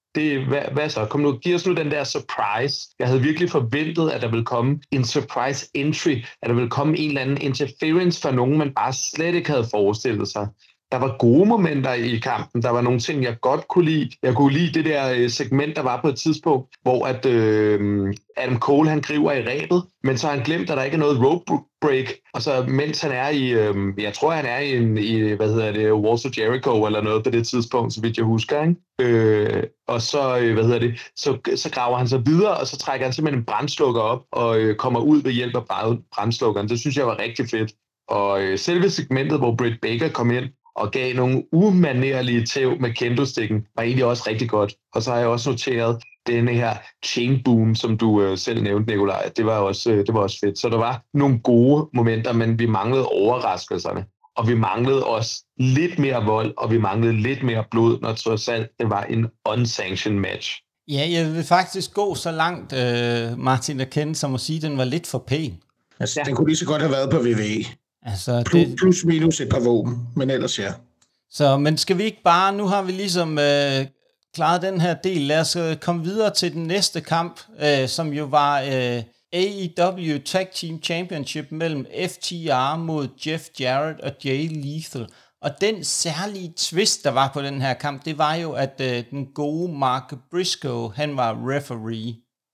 Det, hvad, hvad så? Kom nu, giv os nu den der surprise. Jeg havde virkelig forventet, at der ville komme en surprise entry, at der ville komme en eller anden interference fra nogen, man bare slet ikke havde forestillet sig. Der var gode momenter i kampen. Der var nogle ting, jeg godt kunne lide. Jeg kunne lide det der segment, der var på et tidspunkt, hvor at, øh, Adam Cole han griber i rebet, men så har han glemt, at der ikke er noget rope break. Og så mens han er i, øh, jeg tror han er i, en, i hvad hedder det, Walls of Jericho eller noget på det tidspunkt, så vidt jeg husker, ikke? Øh, og så, øh, hvad hedder det, så, så graver han sig videre, og så trækker han simpelthen en brandslukker op og øh, kommer ud ved hjælp af brandslukkeren. Det synes jeg var rigtig fedt. Og øh, selve segmentet, hvor Britt Baker kom ind og gav nogle umanerlige tæv med kendo-stikken, var egentlig også rigtig godt. Og så har jeg også noteret denne her chain boom, som du øh, selv nævnte, Nikolaj. Det var, også, øh, det var også fedt. Så der var nogle gode momenter, men vi manglede overraskelserne. Og vi manglede også lidt mere vold, og vi manglede lidt mere blod, når trods alt det var en unsanctioned match. Ja, jeg vil faktisk gå så langt, øh, Martin og Ken, som at sige, at den var lidt for pæn. Altså, ja. Den kunne lige så godt have været på V V E. Altså, plus, det... plus minus et par våben, men ellers ja. Så, men skal vi ikke bare, nu har vi ligesom øh, klaret den her del, lad os øh, komme videre til den næste kamp, øh, som jo var øh, A E W Tag Team Championship mellem F T R mod Jeff Jarrett og Jay Lethal. Og den særlige twist, der var på den her kamp, det var jo, at øh, den gode Mark Briscoe, han var referee.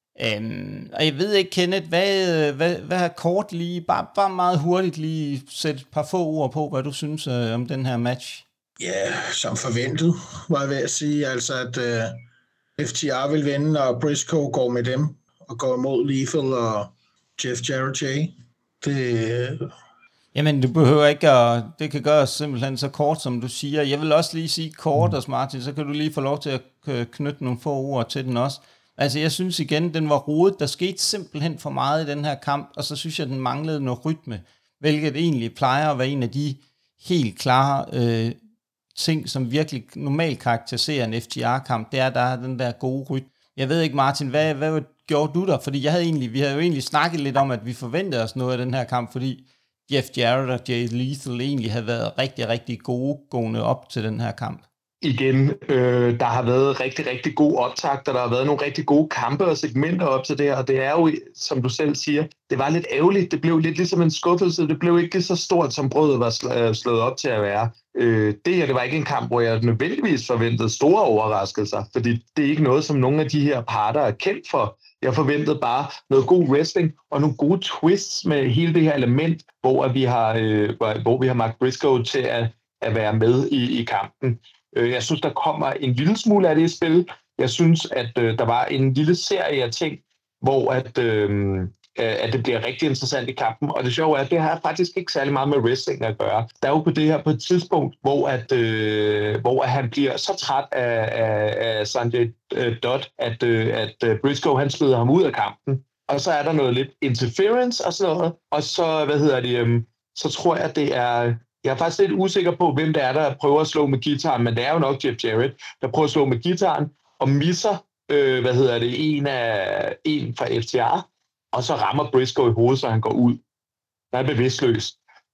Um, og jeg ved ikke, Kenneth, hvad, hvad, hvad er kort lige, bare, bare meget hurtigt lige sætte et par få ord på, hvad du synes uh, om den her match? Ja, yeah, som forventet, var jeg ved at sige, altså at uh, F T R vil vinde, og Briscoe går med dem, og går imod Lethal og Jeff Jarrett Jay. Det... Jamen, du behøver ikke at, det kan gøres simpelthen så kort, som du siger. Jeg vil også lige sige kort, og Martin, så kan du lige få lov til at knytte nogle få ord til den også. Altså, jeg synes igen, den var rodet. Der skete simpelthen for meget i den her kamp, og så synes jeg, den manglede noget rytme, hvilket egentlig plejer at være en af de helt klare øh, ting, som virkelig normalt karakteriserer en F T R-kamp, det er, der er den der gode rytme. Jeg ved ikke, Martin, hvad, hvad gjorde du der? Fordi jeg havde egentlig, vi havde jo egentlig snakket lidt om, at vi forventede os noget af den her kamp, fordi Jeff Jarrett og Jay Lethal egentlig havde været rigtig, rigtig gode gående op til den her kamp. Igen, øh, der har været rigtig, rigtig gode optakter, der har været nogle rigtig gode kampe og segmenter op til det her, og det er jo, som du selv siger, det var lidt ærgerligt, det blev lidt ligesom en skuffelse, det blev ikke så stort, som brødet var slået op til at være. Øh, det her, det var ikke en kamp, hvor jeg nødvendigvis forventede store overraskelser, fordi det er ikke noget, som nogle af de her parter er kendt for. Jeg forventede bare noget god wrestling og nogle gode twists med hele det her element, hvor vi har, øh, hvor vi har Mark Briscoe til at, at være med i, i kampen. Jeg synes, der kommer en lille smule af det i spil. Jeg synes, at øh, der var en lille serie af ting, hvor at, øh, at det bliver rigtig interessant i kampen. Og det sjove er, at det har faktisk ikke særlig meget med wrestling at gøre. Der er jo på det her på et tidspunkt, hvor, at, øh, hvor at han bliver så træt af, af, af Sanjay Dutt, at, øh, at Briscoe han smider ham ud af kampen. Og så er der noget lidt interference og sådan noget. Og så, hvad hedder det, øh, så tror jeg, det er... Jeg er faktisk lidt usikker på, hvem det er, der prøver at slå med guitaren, men det er jo nok Jeff Jarrett, der prøver at slå med guitaren og misser, øh, hvad hedder det, en, af, en fra F T R, og så rammer Briscoe i hovedet, så han går ud. Der er bevidstløs.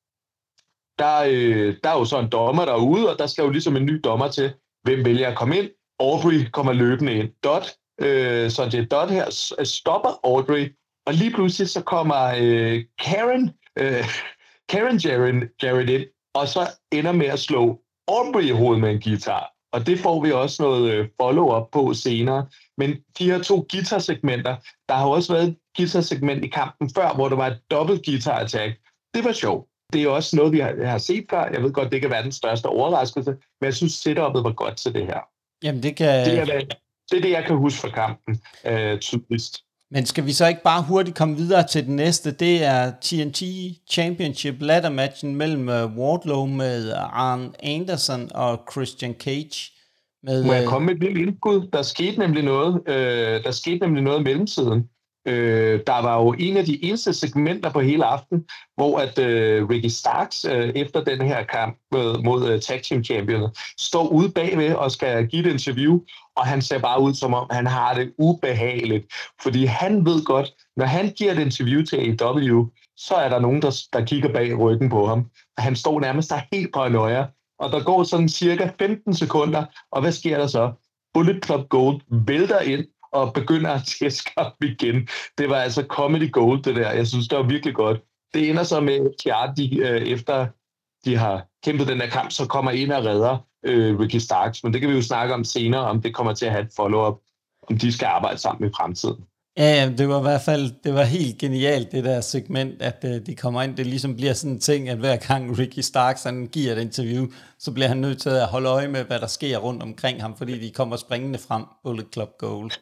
Der, øh, der er jo så en dommer derude, og der skal jo ligesom en ny dommer til. Hvem vælger at komme ind? Aubrey kommer løbende ind. Dot, øh, så det Dot her stopper Aubrey, og lige pludselig så kommer øh, Karen, øh, Karen Jarrett, Jarrett ind, og så ender med at slå Aubrey i hovedet med en guitar. Og det får vi også noget follow-up på senere. Men de her to guitarsegmenter, der har også været et guitarsegment i kampen før, hvor der var et dobbelt guitar-attack. Det var sjovt. Det er også noget, vi har set før. Jeg ved godt, det kan være den største overraskelse, men jeg synes, setup'et var godt til det her. Jamen, det kan... Det er det, det, er det jeg kan huske fra kampen, øh, tydeligst. Men skal vi så ikke bare hurtigt komme videre til den næste? Det er T N T Championship ladder matchen mellem uh, Wardlow med Arn Anderson og Christian Cage. Med, Må jeg komme med et lille indskud? Der skete nemlig noget. Øh, der skete nemlig noget i mellemtiden. Øh, der var jo en af de eneste segmenter på hele aften, hvor at øh, Ricky Starks øh, efter den her kamp mod, mod uh, Tag Team Champion står ude bagved og skal give et interview, og han ser bare ud som om, han har det ubehageligt, fordi han ved godt, når han giver et interview til A E W, så er der nogen, der, der kigger bag ryggen på ham, og han står nærmest der helt paranoia, og der går sådan cirka femten sekunder, og hvad sker der så? Bullet Club Gold vælter ind og begynder at tæske ham igen. Det var altså comedy gold, det der. Jeg synes, det var virkelig godt. Det ender så med, at de, øh, efter de har kæmpet den der kamp, så kommer ind og redder øh, Ricky Starks. Men det kan vi jo snakke om senere, om det kommer til at have et follow-up, om de skal arbejde sammen i fremtiden. Ja, det var i hvert fald det var helt genialt, det der segment, at uh, de kommer ind. Det ligesom bliver sådan en ting, at hver gang Ricky Starks han giver et interview, så bliver han nødt til at holde øje med, hvad der sker rundt omkring ham, fordi de kommer springende frem, Bullet Club Gold.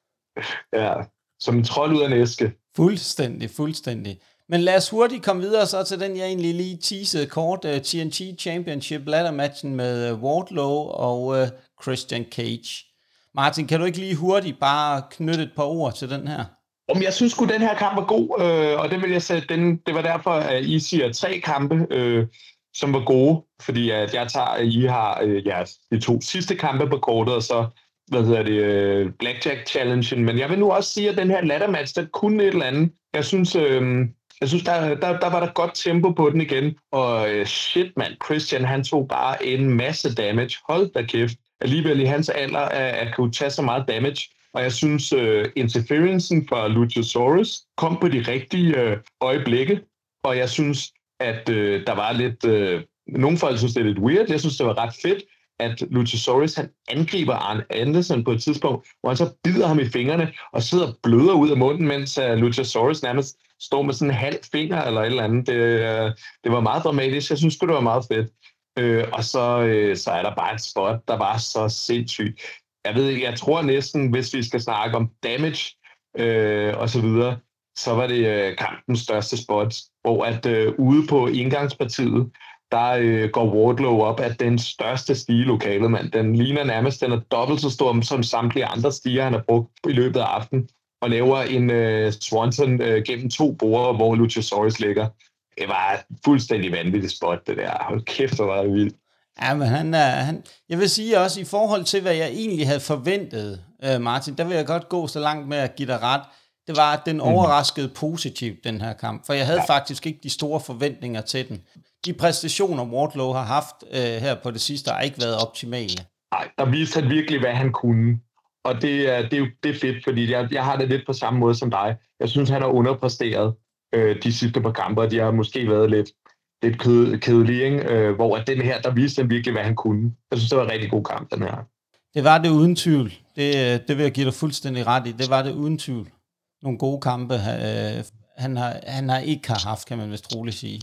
Ja, som en trold ud af en æske. Fuldstændig, fuldstændig. Men lad os hurtigt komme videre så til den, jeg egentlig lige teasede kort, uh, T N T Championship ladder matchen med uh, Wardlow og uh, Christian Cage. Martin, kan du ikke lige hurtigt bare knytte et par ord til den her? Om jeg synes sgu, den her kamp var god, øh, og det vil jeg sige, den, det var derfor, at I siger tre kampe, øh, som var gode, fordi at jeg tager, at I har øh, ja, de to sidste kampe på kortet, og så, hvad hedder det, øh, Blackjack Challengen, men jeg vil nu også sige, at den her ladder match, den kunne et eller andet. Jeg synes, øh, jeg synes der, der, der var der godt tempo på den igen, og øh, shit mand, Christian, han tog bare en masse damage, hold da kæft. Alligevel i hans alder at, at kunne tage så meget damage. Og jeg synes, uh, interferencen fra Luchasaurus kom på de rigtige uh, øjeblikke. Og jeg synes, at uh, der var lidt... Uh, nogle folk synes, det er lidt weird. Jeg synes, det var ret fedt, at Luchasaurus han angriber Arn Anderson på et tidspunkt, hvor han så bider ham i fingrene og sidder og bløder ud af munden, mens uh, Luchasaurus nærmest står med sådan en halv finger eller et eller andet. Det, uh, det var meget dramatisk. Jeg synes det var meget fedt. Øh, og så, øh, så er der bare et spot, der var så sindssygt. Jeg ved ikke, jeg tror næsten, hvis vi skal snakke om damage øh, og så videre, så var det øh, kampens største spot, hvor at øh, ude på indgangspartiet, der øh, går Wardlow op af den største stige i lokalet, mand. Den ligner nærmest, den er dobbelt så stor som samtlige andre stiger, han har brugt i løbet af aftenen, og laver en øh, Swanton øh, gennem to borde, hvor Luchasaurus ligger. Det var et fuldstændig vanvittigt spot, det der. Hold kæft, hvor var det vildt. Ja, men han er... Han, jeg vil sige også, i forhold til, hvad jeg egentlig havde forventet, uh, Martin, der vil jeg godt gå så langt med at give dig ret. Det var, at den overraskede positivt, den her kamp. For jeg havde ja. faktisk ikke de store forventninger til den. De præstationer, Wardlow har haft uh, her på det sidste, har ikke været optimale. Nej, der viste han virkelig, hvad han kunne. Og det er, det er jo det er fedt, fordi jeg, jeg har det lidt på samme måde som dig. Jeg synes, han har underpræsteret de sidste par kamper, de har måske været lidt, lidt kedelige, ikke? Øh, hvor at den her, der viste han virkelig, hvad han kunne. Jeg synes, det var en rigtig god kamp, den her. Det var det uden tvivl. Det, det vil jeg give dig fuldstændig ret i. Det var det uden tvivl. Nogle gode kampe, øh, han, har, han har ikke har haft, kan man vist roligt sige.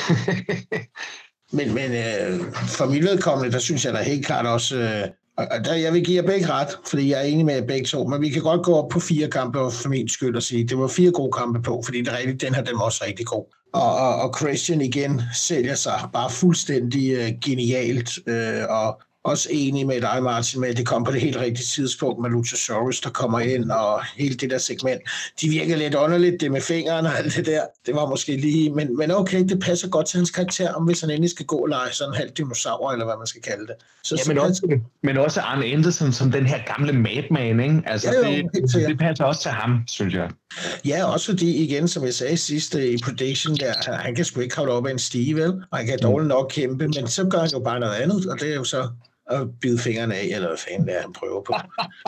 men men øh, for mit vedkommende, der synes jeg da helt klart også... Øh Og der, jeg vil give jer begge ret, fordi jeg er enig med begge to, men vi kan godt gå op på fire kampe for min skyld og sige, det var fire gode kampe på, fordi det er rigtigt, den her den var også rigtig god. Og, og, og Christian igen sælger sig bare fuldstændig uh, genialt, uh, og også enig med dig, Martin, med at det kom på det helt rigtige tidspunkt med Luchasaurus, der kommer ind, og hele det der segment. De virker lidt underligt, det med fingrene og alt det der. Det var måske lige, men, men okay, det passer godt til hans karakter, om hvis han endelig skal gå og lege sådan en halv dinosaur, eller hvad man skal kalde det. Så, ja, men, så, også, men også Arn Anderson som den her gamle madman, ikke? Altså, ja, jo, det, det, det passer også til ham, synes jeg. Ja, også fordi, igen, som jeg sagde sidst i Predation, der, han kan sgu ikke holde op af en stige, vel? Og han kan dårligt nok kæmpe, men så gør han jo bare noget andet, og det er jo så at bide fingrene af, eller hvad fanden det er, han prøver på.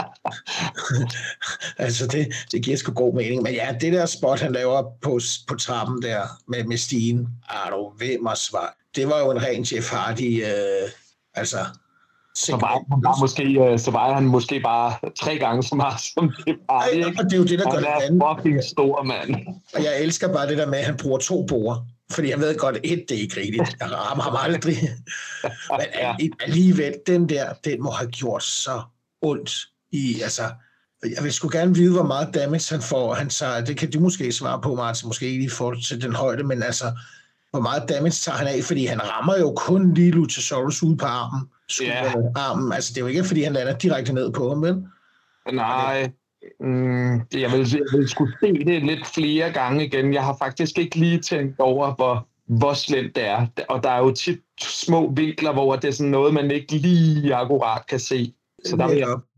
altså, det, det giver sgu god mening. Men ja, det der spot, han laver på, på trappen der med, med stigen, er du ved mig svar. Det var jo en ren Jeff Hardy, øh, altså... Så var, han bare måske, så var han måske bare tre gange så meget som Jeff Hardy, ikke? Og det er jo det, der gør det andet. Han er fucking stor, mand. Og jeg elsker bare det der med, at han bruger to bord. Fordi jeg ved godt, et, det er ikke rigtigt. Jeg rammer ham aldrig. Men alligevel, den der, den må have gjort så ondt i, altså, jeg vil sgu gerne vide, hvor meget damage han får. Han tager, det kan du måske svare på, Martin, måske ikke lige få til den højde, men altså, hvor meget damage tager han af, fordi han rammer jo kun lige Luchasaurus ude på armen. Yeah. armen. Altså, det er jo ikke, fordi han lander direkte ned på ham, vel? Nej. Mm, jeg, vil, jeg vil skulle se det lidt flere gange igen. Jeg har faktisk ikke lige tænkt over, hvor, hvor slemt det er. Og der er jo tit små vinkler, hvor det er sådan noget, man ikke lige akkurat kan se. Så der vil jeg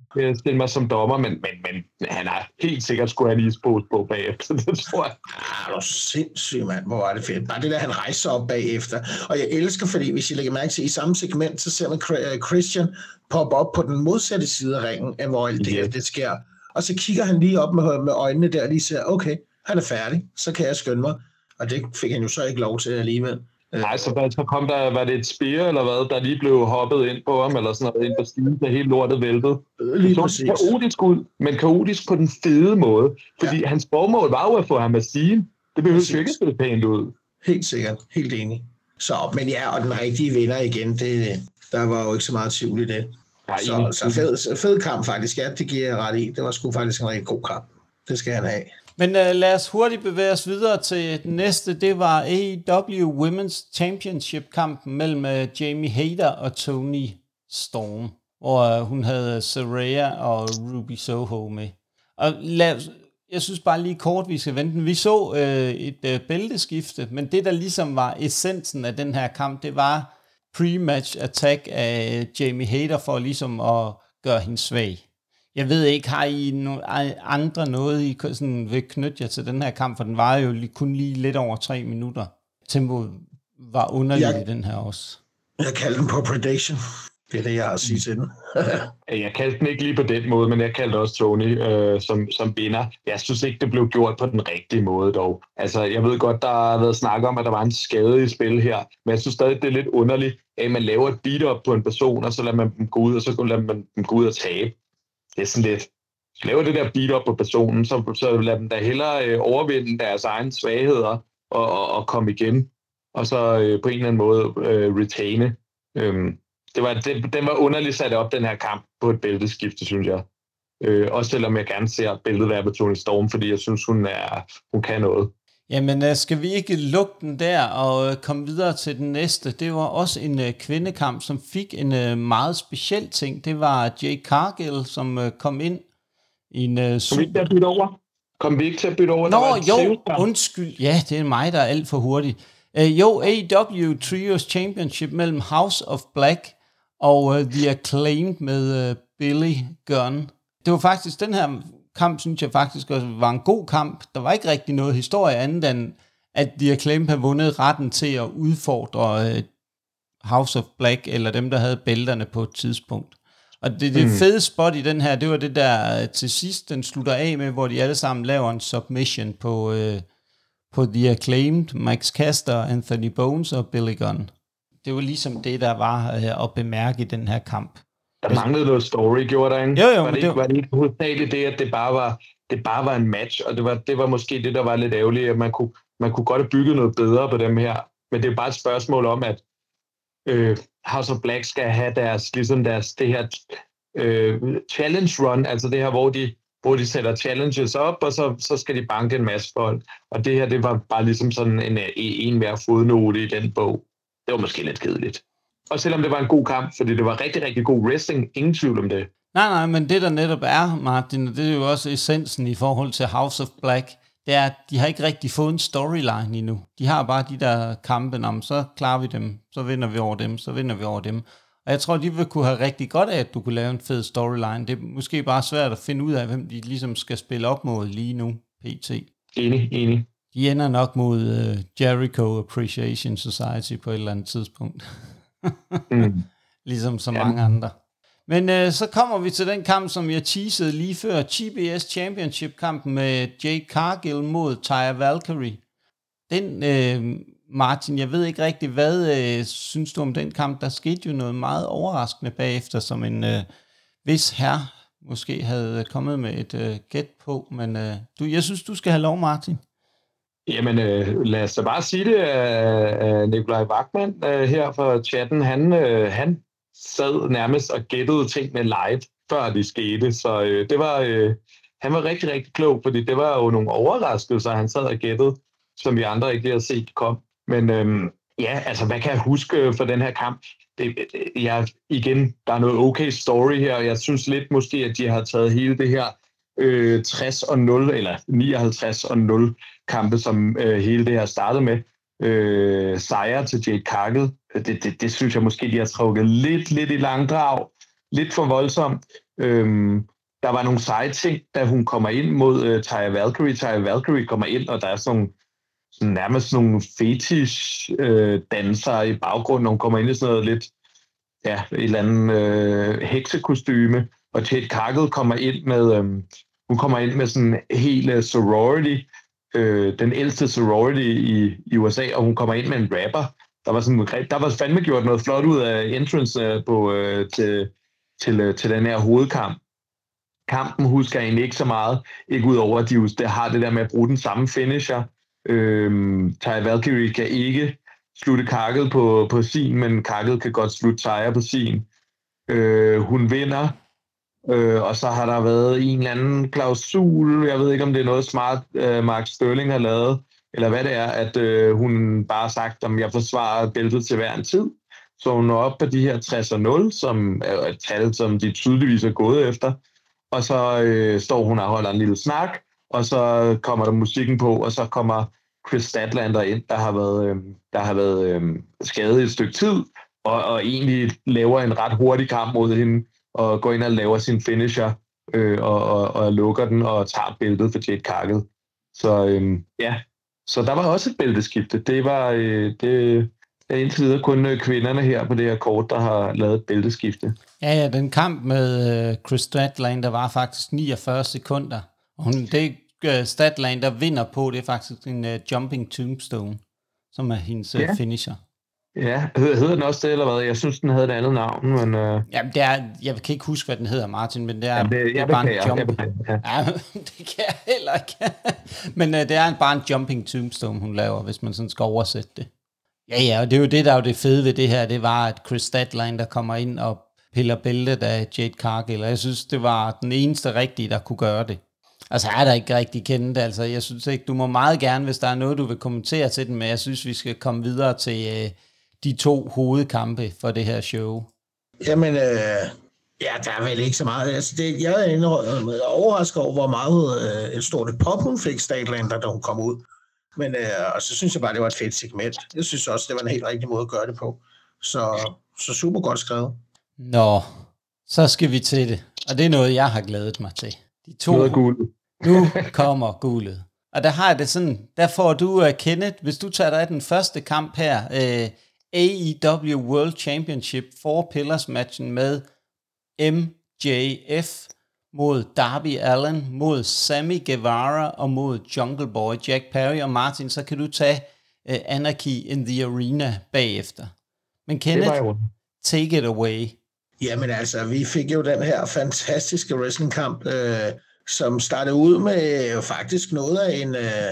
Jeg stille mig som dommer, men, men, men han har helt sikkert skulle have en ispose på bagefter, det tror jeg. Ah, det er sindssygt, mand. Hvor er det fedt. Bare det der, han rejser op bagefter. Og jeg elsker, fordi hvis I lægger mærke til, i samme segment, så ser man Christian poppe op på den modsatte side af ringen, af hvor det, yeah. det sker. Og så kigger han lige op med, med øjnene der, og lige siger, okay, han er færdig, så kan jeg skynde mig. Og det fik han jo så ikke lov til alligevel. Nej, så, så kom der, var det et spear eller hvad, der lige blev hoppet ind på ham, eller sådan noget, ind på stigen, der hele lortet væltede. Lige så præcis. Kaotisk ud, men kaotisk på den fede måde. Fordi ja. hans formål var jo at få ham af stigen. Det behøver jo ikke spille pænt ud. Helt sikkert, helt enig. Så, men ja, og den rigtige vinder igen, det, der var jo ikke så meget tvivl i det. Nej, så så fed, fed kamp faktisk, ja, det giver jeg ret i. Det var sgu faktisk en rigtig god kamp. Det skal han have. Men uh, lad os hurtigt bevæge os videre til den næste. Det var A E W Women's Championship-kampen mellem uh, Jamie Hayter og Toni Storm, hvor uh, hun havde Saraya og Ruby Soho med. Og lad, jeg synes bare lige kort, vi skal vente. Vi så uh, et uh, bælteskifte, men det, der ligesom var essensen af den her kamp, det var pre-match attack af Jamie Hayter for ligesom at gøre hende svag. Jeg ved ikke, har I no- andre noget, I sådan vil knytte jer til den her kamp, for den var jo kun lige lidt over tre minutter. Tempoet var underligt jeg, i den her også. Jeg kaldte den på predation. Det er det, jeg har at sige til den. Jeg kaldte den ikke lige på den måde, men jeg kaldte også Tony øh, som, som vinder. Jeg synes ikke, det blev gjort på den rigtige måde dog. Altså, jeg ved godt, der har været snak om, at der var en skade i spil her, men jeg synes stadig, det er lidt underligt, at man laver et beat-up på en person, og så lader man dem gå ud, og så lader man dem gå ud og tabe. Det er sådan lidt, så laver det der beat-up på personen, så, så lader dem da hellere øh, overvinde deres egne svagheder og, og, og komme igen, og så øh, på en eller anden måde øh, retaine. Øhm, det var, det, den var underligt sat op, den her kamp, på et bælteskifte, synes jeg. Øh, også selvom jeg gerne ser bæltet være på Toni Storm, fordi jeg synes, hun, er, hun kan noget. Jamen, skal vi ikke lukke den der og komme videre til den næste? Det var også en uh, kvindekamp, som fik en uh, meget speciel ting. Det var Jade Cargill, som uh, kom ind i en uh, super... Kom vi ikke til at bytte over? Kom vi ikke til at bytte over? Nå, jo, undskyld. Ja, det er mig, der er alt for hurtig. Uh, jo, A E W Trios Championship mellem House of Black og uh, The Acclaimed med uh, Billy Gunn. Det var faktisk den her... kamp, synes jeg faktisk også var en god kamp. Der var ikke rigtig noget historie andet end, at The Acclaimed havde vundet retten til at udfordre uh, House of Black, eller dem, der havde bælterne på et tidspunkt. Og det, det mm. fede spot i den her, det var det der uh, til sidst, den slutter af med, hvor de alle sammen laver en submission på, uh, på The Acclaimed, Max Caster, Anthony Bones og Billy Gunn. Det var ligesom det, der var uh, at bemærke i den her kamp. Der manglede noget story, gjorde der ikke? Jo, jo, var det ikke, det var det ikke hovedsageligt det, at det bare var, det bare var en match, og det var, det var måske det, der var lidt ærgerligt, at man kunne, man kunne godt have bygget noget bedre på dem her. Men det er bare et spørgsmål om, at øh, House of Black skal have deres, ligesom deres, det her øh, challenge run, altså det her, hvor de, hvor de sætter challenges op, og så, så skal de banke en masse folk. Og det her, det var bare ligesom sådan en, en hver fodnote i den bog. Det var måske lidt kedeligt. Og selvom det var en god kamp, fordi det var rigtig, rigtig god wrestling, ingen tvivl om det. Nej, nej, men det der netop er, Martin, og det er jo også essensen i forhold til House of Black, det er, at de har ikke rigtig fået en storyline endnu. De har bare de der kampe, om så klarer vi dem, så vinder vi over dem, så vinder vi over dem. Og jeg tror, de vil kunne have rigtig godt af, at du kunne lave en fed storyline. Det er måske bare svært at finde ud af, hvem de ligesom skal spille op mod lige nu, P T. Enig, enig. De ender nok mod uh, Jericho Appreciation Society på et eller andet tidspunkt. mm. Ligesom så mange ja. andre. Men øh, så kommer vi til den kamp, som jeg teasede lige før, G B S Championship-kampen med Jade Cargill mod Taya Valkyrie. Den, øh, Martin, jeg ved ikke rigtig, hvad øh, synes du om den kamp? Der skete jo noget meget overraskende bagefter, som en øh, vis herre måske havde kommet med et øh, gæt på, men øh, du, jeg synes, du skal have lov, Martin. Jamen, øh, lad os da bare sige det af uh, Nikolaj Wachmann uh, her fra chatten. Han, uh, han sad nærmest og gættede tingene live, før de skete. Så uh, det var, uh, han var rigtig, rigtig klog, fordi det var jo nogle overraskelser, han sad og gættede, som vi andre ikke havde set kom. Men uh, ja, altså, hvad kan jeg huske for den her kamp? Det, jeg, igen, der er noget okay story her, og jeg synes lidt måske, at de har taget hele det her øh, tres og nul, eller nioghalvtreds og nul kampe, som øh, hele det her startede med. Øh, sejre til Jade Cargill. Det, det, det synes jeg måske, de har trukket lidt, lidt i langdrag. Lidt for voldsomt. Øhm, der var nogle seje ting, da hun kommer ind mod uh, Taya Valkyrie. Taya Valkyrie kommer ind, og der er sådan, sådan nærmest nogle fetish-dansere øh, i baggrunden, og hun kommer ind i sådan noget lidt, ja, et eller andet øh, heksekostyme, og Jade Cargill kommer ind med, øh, hun kommer ind med sådan en hel sorority, øh, den ældste sorority i, i U S A, og hun kommer ind med en rapper. Der var, sådan, der var fandme gjort noget flot ud af entrance øh, på, øh, til, til, øh, til den her hovedkamp. Kampen husker jeg egentlig ikke så meget, ikke udover, at de just, har det der med at bruge den samme finisher. Øhm, Taya Valkyrie kan ikke slutte Cargill på, på sin, men Cargill kan godt slutte Taya på sin. Øh, hun vinder, øh, og så har der været en eller anden klausul, jeg ved ikke, om det er noget smart, øh, Mark Sterling har lavet, eller hvad det er, at øh, hun bare har sagt, om jeg forsvarer bæltet til hver en tid. Så hun når op på de her tres og nul, som er et tal, som de tydeligvis er gået efter. Og så øh, står hun og holder en lille snak, og så kommer der musikken på, og så kommer Chris Statlander ind, der har været, øh, der har været øh, skadet et stykke tid, og, og egentlig laver en ret hurtig kamp mod hende, og går ind og laver sin finisher, øh, og, og, og lukker den, og tager bæltet for Jade Cargill. Så øh, ja, så der var også et bælteskifte. Det var øh, det er indtil videre kun kvinderne her på det her kort, der har lavet et bælteskifte. Ja, ja, den kamp med Chris Statlander var faktisk niogfyrre sekunder. Og hun, det uh, Statlander vinder på, det er faktisk en uh, jumping tombstone, som er hendes uh, ja. finisher. Ja, hedder den også det, eller hvad? Jeg synes, den havde et andet navn, men... Uh... Jamen, det er, jeg kan ikke huske, hvad den hedder, Martin, men det er, Jamen, det, det er jeg bare jeg, en jump. jeg, jeg, ja. Ja, det kan jeg heller ikke. Men uh, det er bare en jumping tombstone, hun laver, hvis man sådan skal oversætte det. Ja, ja, og det er jo det, der er jo det fede ved det her, det var, at Chris Statlander kommer ind og piller bæltet af Jade Cargill, og jeg synes, det var den eneste rigtige, der kunne gøre det. Altså, er der ikke rigtig kendt, altså, jeg synes ikke, du må meget gerne, hvis der er noget, du vil kommentere til den, men jeg synes, vi skal komme videre til øh, de to hovedkampe for det her show. Jamen, øh, ja, der er vel ikke så meget. Altså, det, jeg er overrasket over, hvor meget øh, et stort pop hun fik Statlander, da hun kom ud. Men øh, og så synes jeg bare, det var et fedt segment. Jeg synes også, det var en helt rigtig måde at gøre det på. Så, så super godt skrevet. Nå, så skal vi til det. Og det er noget, jeg har glædet mig til. De to, noget guldet. Nu kommer guldet. Og der har det sådan, der får du, uh, Kenneth, hvis du tager dig den første kamp her, uh, A E W World Championship Four Pillars matchen med M J F mod Darby Allin, mod Sammy Guevara og mod Jungle Boy Jack Perry. Og Martin, så kan du tage uh, Anarchy in the Arena bagefter. Men Kenneth, take it away. Jamen altså, vi fik jo den her fantastiske wrestlingkamp, øh, som startede ud med øh, faktisk noget af en, øh,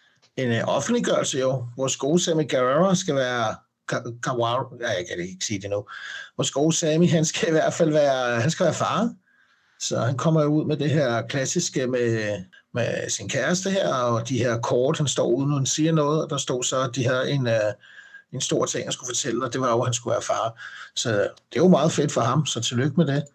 en øh, offentliggørelse jo. Vores gode Sammy Guevara skal være... Guevara, ja, jeg kan ikke sige det nu. Vores gode Sammy, han skal i hvert fald være, han skal være far. Så han kommer ud med det her klassiske med, med sin kæreste her, og de her kort, han står uden, og han siger noget, og der stod så, at de havde en... Øh, en stor ting, jeg skulle fortælle, og det var jo, at han skulle være far. Så det er jo meget fedt for ham, så tillykke med det.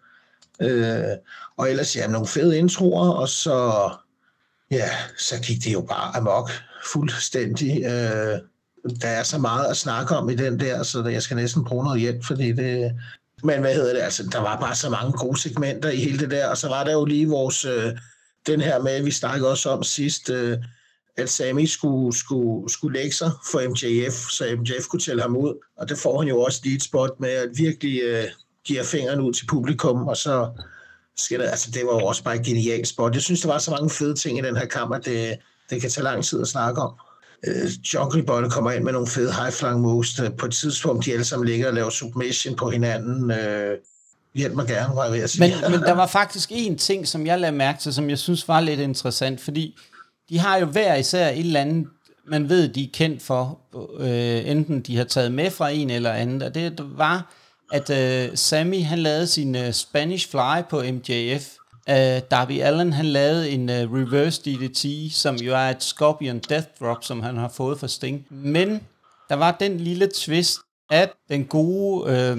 Øh, og ellers, ja, nogle fede introer, og så, ja, så gik det jo bare amok fuldstændig. Øh, der er så meget at snakke om i den der, så jeg skal næsten bruge noget hjælp, fordi det... Men hvad hedder det, altså, der var bare så mange gode segmenter i hele det der, og så var der jo lige vores, øh, den her med, vi snakkede også om sidst, øh, at Sammy skulle, skulle, skulle lægge sig for M J F, så M J F kunne tælle ham ud. Og det får han jo også lige et spot med, at virkelig øh, giver fingeren ud til publikum, og så skal det, altså det var jo også bare et genialt spot. Jeg synes, der var så mange fede ting i den her kamp, at det, det kan tage lang tid at snakke om. Øh, Jungle Boy kommer ind med nogle fede high-flying moves. På et tidspunkt, de alle sammen ligger og laver submission på hinanden. Øh, hjælp mig gerne, var jeg ved at sige. Men, men der var faktisk en ting, som jeg lagde mærke til, som jeg synes var lidt interessant, fordi de har jo hver især et eller andet, man ved, de er kendt for, øh, enten de har taget med fra en eller andet, og det var, at øh, Sammy, han lavede sin øh, Spanish Fly på M J F. Øh, Darby Allin, han lavede en øh, Reverse D D T, som jo er et Scorpion Death Drop, som han har fået fra Sting. Men der var den lille twist, at den gode, øh,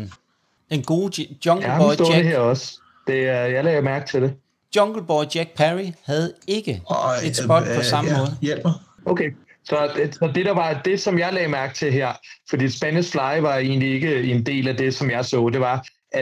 den gode Jungle ja, Boy Jack... Jack... her også. Det er, jeg lagde mærke til det. Jungle Boy Jack Perry havde ikke oh, et spot øh, på samme ja, måde. Hjælp mig. Okay, så det, så det der var det, som jeg lagde mærke til her, fordi Spanish Fly var egentlig ikke en del af det, som jeg så, det var, at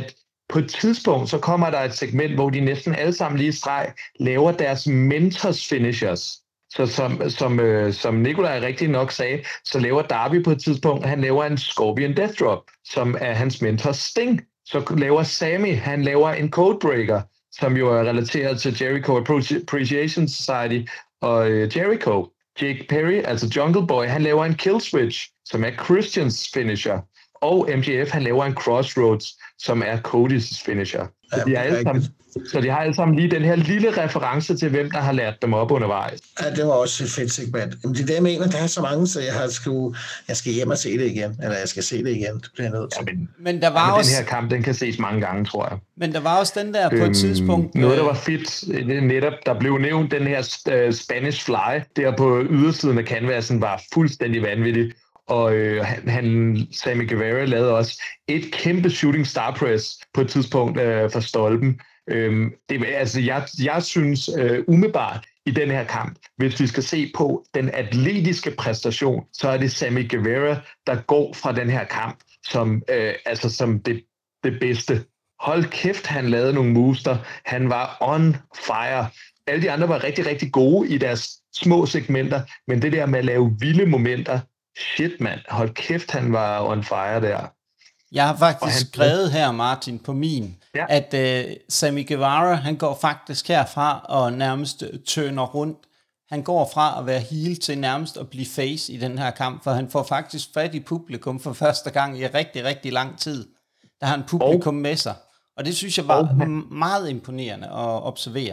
på et tidspunkt, så kommer der et segment, hvor de næsten alle sammen lige i streg laver deres mentors finishers. Så som, som, øh, som Nikolaj rigtig nok sagde, så laver Darby på et tidspunkt, han laver en Scorpion Death Drop, som er hans mentor Sting. Så laver Sami, han laver en Codebreaker, som jo er relateret til Jericho Appreciation Society og øh, Jericho. Jake Perry, altså Jungle Boy, han laver en Kill Switch, som er Christians finisher. Og M J F, han laver en Crossroads, som er Codys finisher. Så de, er alle sammen, så de har alle sammen lige den her lille reference til, hvem der har lært dem op undervejs. Ja, det var også et fedt segment. Men det er det, jeg mener, der er så mange, så jeg, har sku, jeg skal hjem og se det igen. Eller jeg skal se det igen. Det bliver nødt til. Ja, men, men der var men også... den her kamp, den kan ses mange gange, tror jeg. Men der var også den der på et øhm, tidspunkt... Noget, der var fedt, netop, der blev nævnt den her uh, Spanish Fly, der på ydersiden af canvasen, var fuldstændig vanvittigt. Og øh, han, han, Sammy Guevara lavede også et kæmpe shooting star press på et tidspunkt øh, for stolpen. Øhm, det, altså, jeg, jeg synes øh, umiddelbart i den her kamp, hvis vi skal se på den atletiske præstation, så er det Sammy Guevara, der går fra den her kamp som, øh, altså, som det, det bedste. Hold kæft, han lavede nogle moves der. Han var on fire. Alle de andre var rigtig, rigtig gode i deres små segmenter, men det der med at lave vilde momenter, shit, mand. Hold kæft, han var on fire der. Jeg har faktisk han... skrevet her, Martin, på min, ja. at uh, Sammy Guevara, han går faktisk herfra og nærmest tøner rundt. Han går fra at være heel til nærmest at blive face i den her kamp, for han får faktisk fat i publikum for første gang i rigtig, rigtig lang tid. Der har han publikum og... med sig. Og det synes jeg var og... meget imponerende at observere.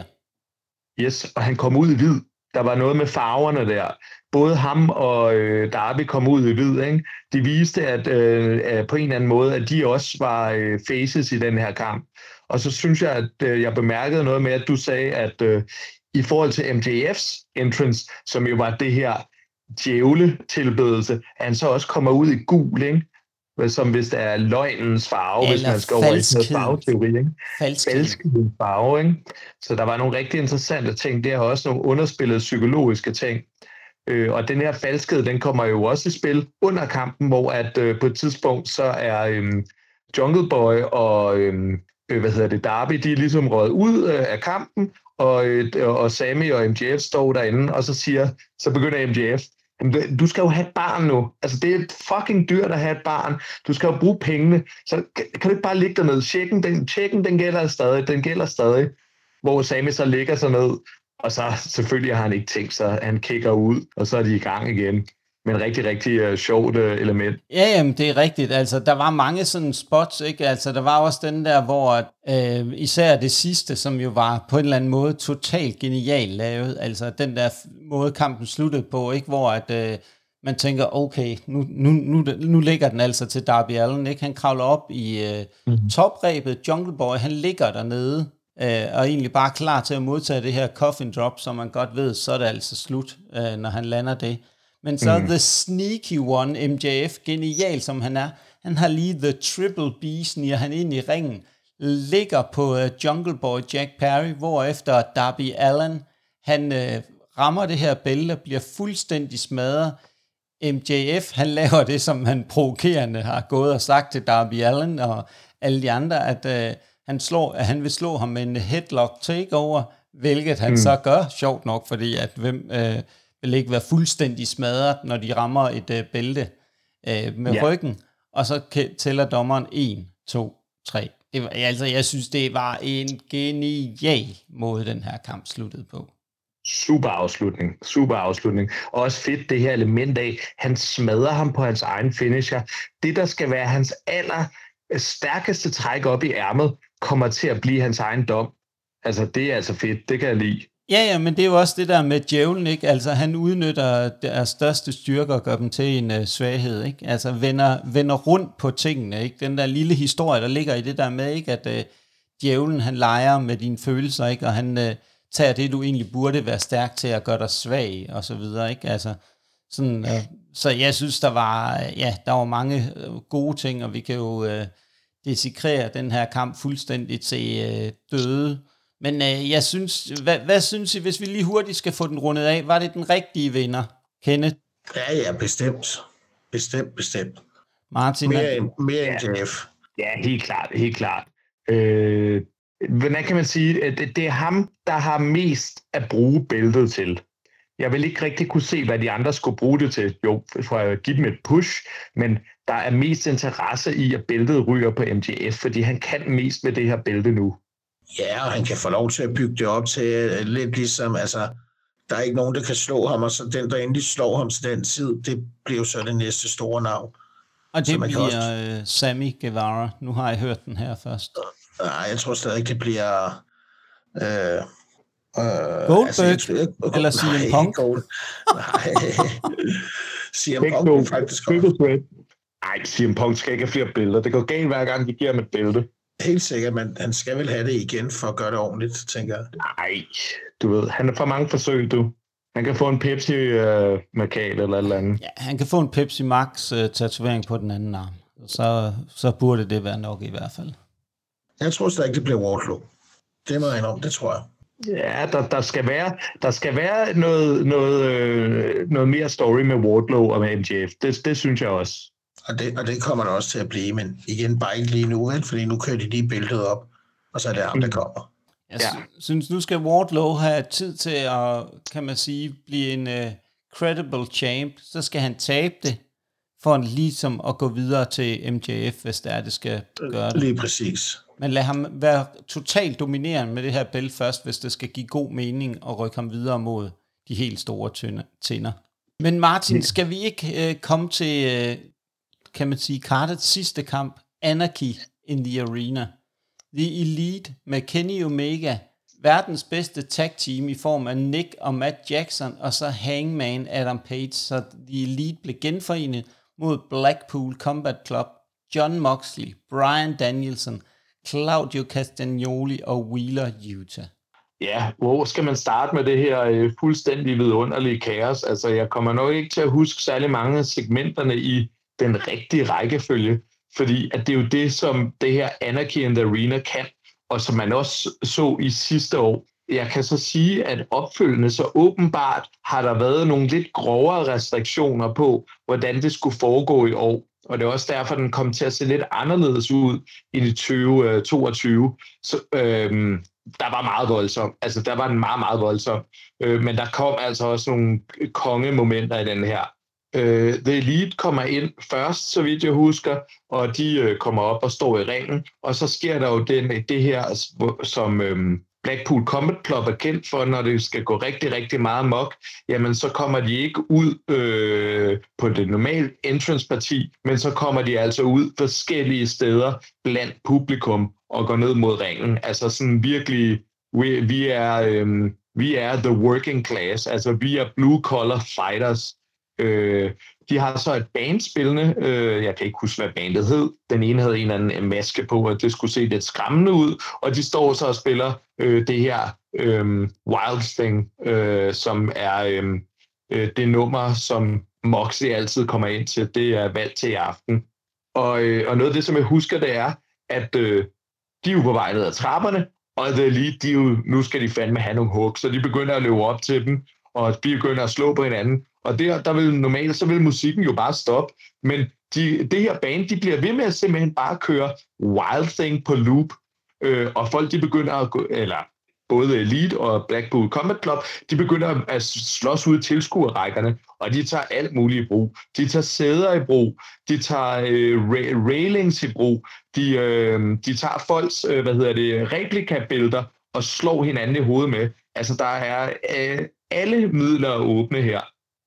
Yes, og han kom ud i hvid. Der var noget med farverne der. Både ham og øh, Darby kom ud i hvid, ikke? De viste, at øh, på en eller anden måde, at de også var øh, faces i den her kamp. Og så synes jeg, at øh, jeg bemærkede noget med, at du sagde, at øh, i forhold til M J F's entrance, som jo var det her djævle-tilbedelse, at han så også kommer ud i gul, ikke? Som hvis det er løgnens farve, eller hvis man skal over i noget farveteori, ikke? Falskhedens farve, ikke? Så der var nogle rigtig interessante ting. Det er også nogle underspillede psykologiske ting. Øh, og den her falskhed, den kommer jo også i spil under kampen, hvor at øh, på et tidspunkt, så er øh, Jungle Boy og, øh, hvad hedder det, Darby, de er ligesom røget ud øh, af kampen, og, øh, og Sammy og M J F står derinde, og så siger, så begynder M J F, du skal jo have et barn nu. Altså, det er fucking dyrt at have et barn. Du skal jo bruge pengene. Så kan, kan du ikke bare ligge dernede? Checken, den, checken, den gælder stadig. Den gælder stadig. Hvor Sammy så ligger sig ned. Og så selvfølgelig har han ikke tænkt sig. Han kigger ud, og så er de i gang igen. Men rigtig, rigtig uh, sjovt uh, element. Ja, jamen, det er rigtigt. Altså, der var mange sådan spots, ikke? Altså, der var også den der, hvor øh, især det sidste, som jo var på en eller anden måde totalt genialt lavet. Altså, den der måde kampen sluttede på, ikke? Hvor at, øh, man tænker, okay, nu, nu, nu, nu ligger den altså til Darby Allin, ikke? Han kravler op i øh, mm-hmm. toprebet. Jungle Boy, han ligger dernede, øh, og er egentlig bare klar til at modtage det her coffin drop, som man godt ved, så er det altså slut, øh, når han lander det. Men så mm. The Sneaky One, M J F, genial som han er, han har lige The Triple B, sniger han ind i ringen, ligger på uh, Jungle Boy Jack Perry, hvorefter Darby Allin, han uh, rammer det her bælte og bliver fuldstændig smadret. M J F, han laver det, som han provokerende har gået og sagt til Darby Allin og alle de andre, at uh, han, slår, at han vil slå ham med en headlock takeover, hvilket han mm. så gør, sjovt nok, fordi at hvem... Uh, vil ikke være fuldstændig smadret, når de rammer et øh, bælte øh, med ja. ryggen, og så tæller dommeren en, to, tre. Det var, altså, jeg synes, det var en genial måde, den her kamp sluttede på. Super afslutning, super afslutning. Og også fedt det her element af, han smadrer ham på hans egen finisher. Det, der skal være hans aller stærkeste træk op i ærmet, kommer til at blive hans egen dom. Altså, det er altså fedt, det kan jeg lide. Ja, ja, men det er jo også det der med djævlen, ikke? Altså, han udnytter deres største styrke og gør dem til en uh, svaghed, ikke? Altså, vender, vender rundt på tingene, ikke? Den der lille historie, der ligger i det der med, ikke? At uh, djævlen, han leger med dine følelser, ikke? Og han uh, tager det, du egentlig burde være stærk til at gøre dig svag, og så videre, ikke? Altså, sådan, uh, så jeg synes, der var, uh, ja, der var mange uh, gode ting, og vi kan jo uh, desekrere den her kamp fuldstændig til uh, døde. Men øh, jeg synes, hvad, hvad synes I, hvis vi lige hurtigt skal få den rundet af? Var det den rigtige vinder, Kenneth? Ja, ja, bestemt. Bestemt, bestemt. Martin? Mere end, mere end J F. Ja, helt klart, helt klart. Øh, hvordan kan man sige, at det, det er ham, der har mest at bruge bæltet til. Jeg vil ikke rigtig kunne se, hvad de andre skulle bruge det til. Jo, for at give dem et push, men der er mest interesse i, at bæltet ryger på M J F, fordi han kan mest med det her bælte nu. Ja, og han kan få lov til at bygge det op til uh, lidt ligesom, altså, der er ikke nogen, der kan slå ham, og så den, der endelig slår ham til den tid, det bliver så det næste store navn. Og det bliver også... uh, Sammy Guevara. Nu har jeg hørt den her først. Nej, jeg tror stadig ikke, det bliver... Øh, øh, Goldberg, altså, jeg, jeg, eller C M Punk? Gold, nej, C M Punk er faktisk godt. Nej, C M Punk skal ikke have flere billeder. Det går galt hver gang, de giver ham et bælte. Helt sikkert, men han skal vel have det igen for at gøre det ordentligt, tænker jeg. Nej, du ved, han er for mange forsøg, du. Han kan få en Pepsi uh, Macal eller et eller andet. Ja, han kan få en Pepsi Max uh, tatovering på den anden arm. Så, så burde det være nok i hvert fald. Jeg tror stadig ikke, det bliver Wardlow. Det må jeg om, det tror jeg. Ja, der, der skal være, der skal være noget, noget, øh, noget mere story med Wardlow og med M J F. Det, det synes jeg også. Og det, og det kommer der også til at blive, men igen bare ikke lige nu, vel? Fordi nu kører de lige billedet op, og så er det ham, der kommer. Jeg ja. synes, nu skal Wardlow have tid til at, kan man sige, blive en uh, credible champ. Så skal han tabe det, for ligesom at gå videre til M J F, hvis det er, det skal gøre det. Lige præcis. Men lad ham være totalt dominerende med det her bælte først, hvis det skal give god mening at rykke ham videre mod de helt store tænder. Men Martin, skal vi ikke uh, komme til, uh, kan man sige, Cardets sidste kamp, Anarchy in the Arena? The Elite med Kenny Omega, verdens bedste tag team i form af Nick og Matt Jackson, og så Hangman Adam Page, så The Elite blev genforenet mod Blackpool Combat Club, John Moxley, Bryan Danielson, Claudio Castagnoli og Wheeler Yuta. Ja, hvor skal man starte med det her øh, fuldstændig vidunderlige kaos? Altså, jeg kommer nok ikke til at huske særlig mange af segmenterne i den rigtige rækkefølge, fordi at det er jo det, som det her Anarchy in the Arena kan, og som man også så i sidste år. Jeg kan så sige, at opfølgende så åbenbart har der været nogle lidt grovere restriktioner på, hvordan det skulle foregå i år. Og det er også derfor, den kom til at se lidt anderledes ud i tyve toogtyve. Så øhm, der var meget voldsomt. Altså, der var den meget, meget voldsom. Øh, men der kom altså også nogle kongemomenter i den her. Uh, The Elite kommer ind først, så vidt jeg husker, og de uh, kommer op og står i ringen, og så sker der jo den, det her, som um, Blackpool Combat Club er kendt for, når det skal gå rigtig, rigtig meget mok, jamen så kommer de ikke ud uh, på det normale entrance-parti, men så kommer de altså ud forskellige steder blandt publikum og går ned mod ringen. Altså sådan virkelig, vi, vi, er, um, vi er the working class, altså vi er blue-collar fighters. Øh, de har så et band spillende, øh, jeg kan ikke huske, hvad bandet hed. Den ene havde en eller anden maske på, og det skulle se lidt skræmmende ud, og de står så og spiller øh, det her øh, Wild Thing, øh, som er øh, det nummer, som Moxley altid kommer ind til. Det er valgt til i aften. Og, øh, og noget af det, som jeg husker, det er, at øh, de er jo på vej ned ad trapperne, og det er lige, de jo, nu skal de fandme have nogle hug, så de begynder at løbe op til dem, og de begynder at slå på hinanden. Og der, der vil normalt, så vil musikken jo bare stoppe. Men de, det her band, de bliver ved med at simpelthen bare køre Wild Thing på loop. Øh, og folk, de begynder at gå, eller både Elite og Blackpool Combat Club, de begynder at slås ud i tilskuerrækkerne, og de tager alt muligt i brug. De tager sæder i brug, de tager øh, railings i brug, de, øh, de tager folks, øh, hvad hedder det, replikabilleder og slår hinanden i hovedet med. Altså, der er øh, alle midler åbne her.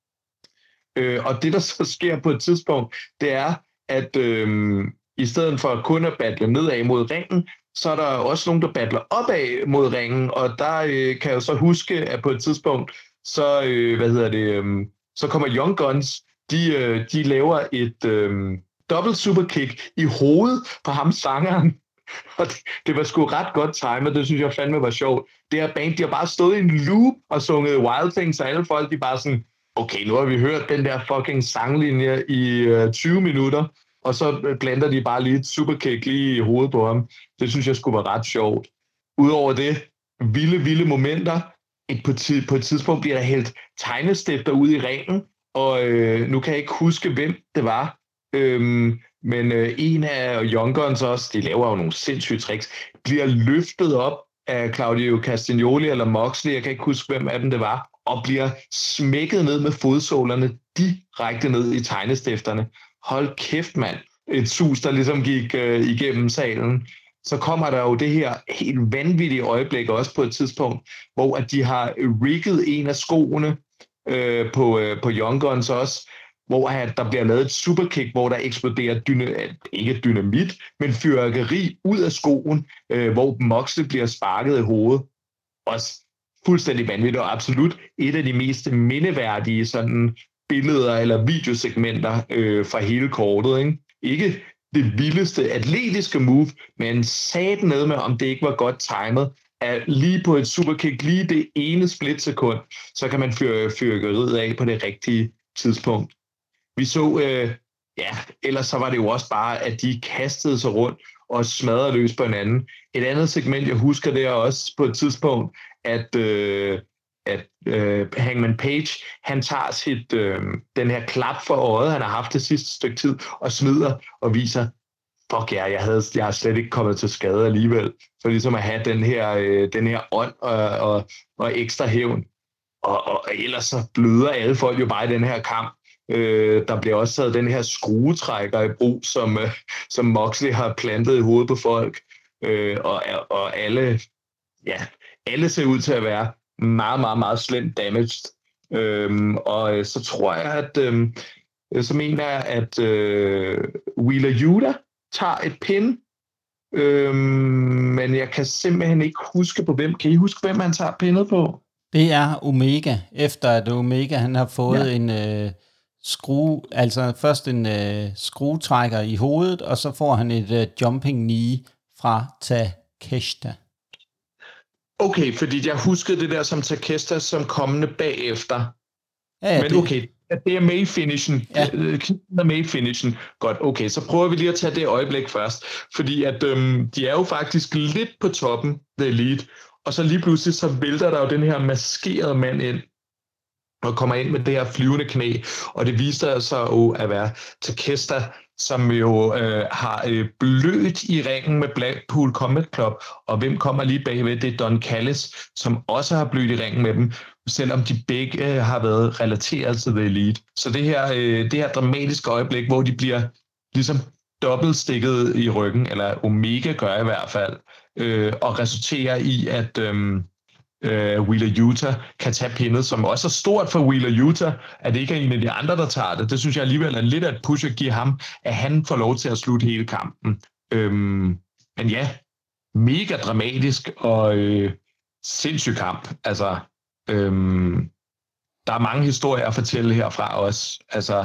Øh, og det, der så sker på et tidspunkt, det er, at øh, i stedet for kun at battle nedad mod ringen, så er der også nogen, der battler opad mod ringen, og der øh, kan jeg jo så huske, at på et tidspunkt, så, øh, hvad hedder det, øh, så kommer Young Guns, de, øh, de laver et øh, dobbelt superkick i hovedet på ham sangeren, og det, det var sgu ret godt timet, det synes jeg fandme var sjovt. Det her band, de har bare stået i en loop og sunget Wild Things, og alle folk, de bare sådan, okay, nu har vi hørt den der fucking sanglinje i uh, tyve minutter, og så planter de bare lige et superkick lige i hovedet på ham. Det synes jeg skulle være ret sjovt. Udover det, vilde, vilde momenter. Et, på, t- på et tidspunkt bliver der hældt tegnestifter ud i ringen, og øh, nu kan jeg ikke huske, hvem det var. Øhm, Men øh, en af Young Guns også, de laver jo nogle sindssyge tricks, bliver løftet op af Claudio Castagnoli eller Moxley, jeg kan ikke huske, hvem af dem det var, og bliver smækket ned med fodsålerne direkte ned i tegnestifterne. Hold kæft, mand. Et sus, der ligesom gik øh, igennem salen. Så kommer der jo det her helt vanvittige øjeblik også på et tidspunkt, hvor at de har rigget en af skoene øh, på, øh, på Young Guns også, hvor at der bliver lavet et superkick, hvor der eksploderer dyna- ikke dynamit, men fyrværkeri ud af skoen, øh, hvor Moxley bliver sparket i hovedet. Også fuldstændig vanvittigt, og absolut et af de mest mindeværdige sådan billeder eller videosegmenter øh, fra hele kortet. Ikke? ikke det vildeste atletiske move, men sat ned med, om det ikke var godt timet, at lige på et superkick, lige det ene splitsekund, så kan man fyre fyrværkeriet af på det rigtige tidspunkt. Vi så, øh, ja, ellers så var det jo også bare, at de kastede sig rundt og smadrede løs på hinanden. Et andet segment, jeg husker, det er også på et tidspunkt, at, øh, at øh, Hangman Page, han tager sit, øh, den her klap for øjet, han har haft det sidste stykke tid, og smider og viser, fuck ja, jeg, havde, jeg har slet ikke kommet til skade alligevel. For ligesom at have den her, øh, den her ånd og, og, og ekstra hævn. Og, og ellers så bløder alle folk jo bare i den her kamp. Øh, der bliver også taget den her skruetrækker i brug, som, øh, som Moxley har plantet i hovedet på folk. Øh, og, og alle, ja, alle ser ud til at være meget, meget, meget slemt damaged. Øh, og så tror jeg, at øh, så mener jeg, at øh, Wheeler Yuta tager et pin. Øh, men jeg kan simpelthen ikke huske på hvem. Kan I huske, hvem han tager pindet på? Det er Omega, efter at Omega han har fået ja. en øh, skrue, altså først en øh, skruetrækker i hovedet, og så får han et øh, jumping knee fra Takeshita. Okay, fordi jeg huskede det der som Takeshita som kommende bagefter. Ja, ja, men det... okay, det er May-finishen. Ja. er May-finishen. Godt, okay, så prøver vi lige at tage det øjeblik først. Fordi at øhm, de er jo faktisk lidt på toppen, The Elite, og så lige pludselig så vælter der jo den her maskerede mand ind, og kommer ind med det her flyvende knæ, og det viser sig jo at være Takeshita, som jo øh, har øh, blødt i ringen med Blackpool Combat Club, og hvem kommer lige bagved, det er Don Callis, som også har blødt i ringen med dem, selvom de begge øh, har været relateret til The Elite. Så det her, øh, det her dramatiske øjeblik, hvor de bliver ligesom dobbeltstikket i ryggen, eller Omega gør i hvert fald, øh, og resulterer i, at øh, øh, Wheeler Yuta kan tage pindet, som også er stort for Wheeler Yuta, at det ikke er en af de andre, der tager det. Det synes jeg alligevel er lidt at push at give ham, at han får lov til at slutte hele kampen. Øhm, men ja, mega dramatisk og øh, sindssyg kamp. Altså, øhm, der er mange historier at fortælle herfra også. Altså,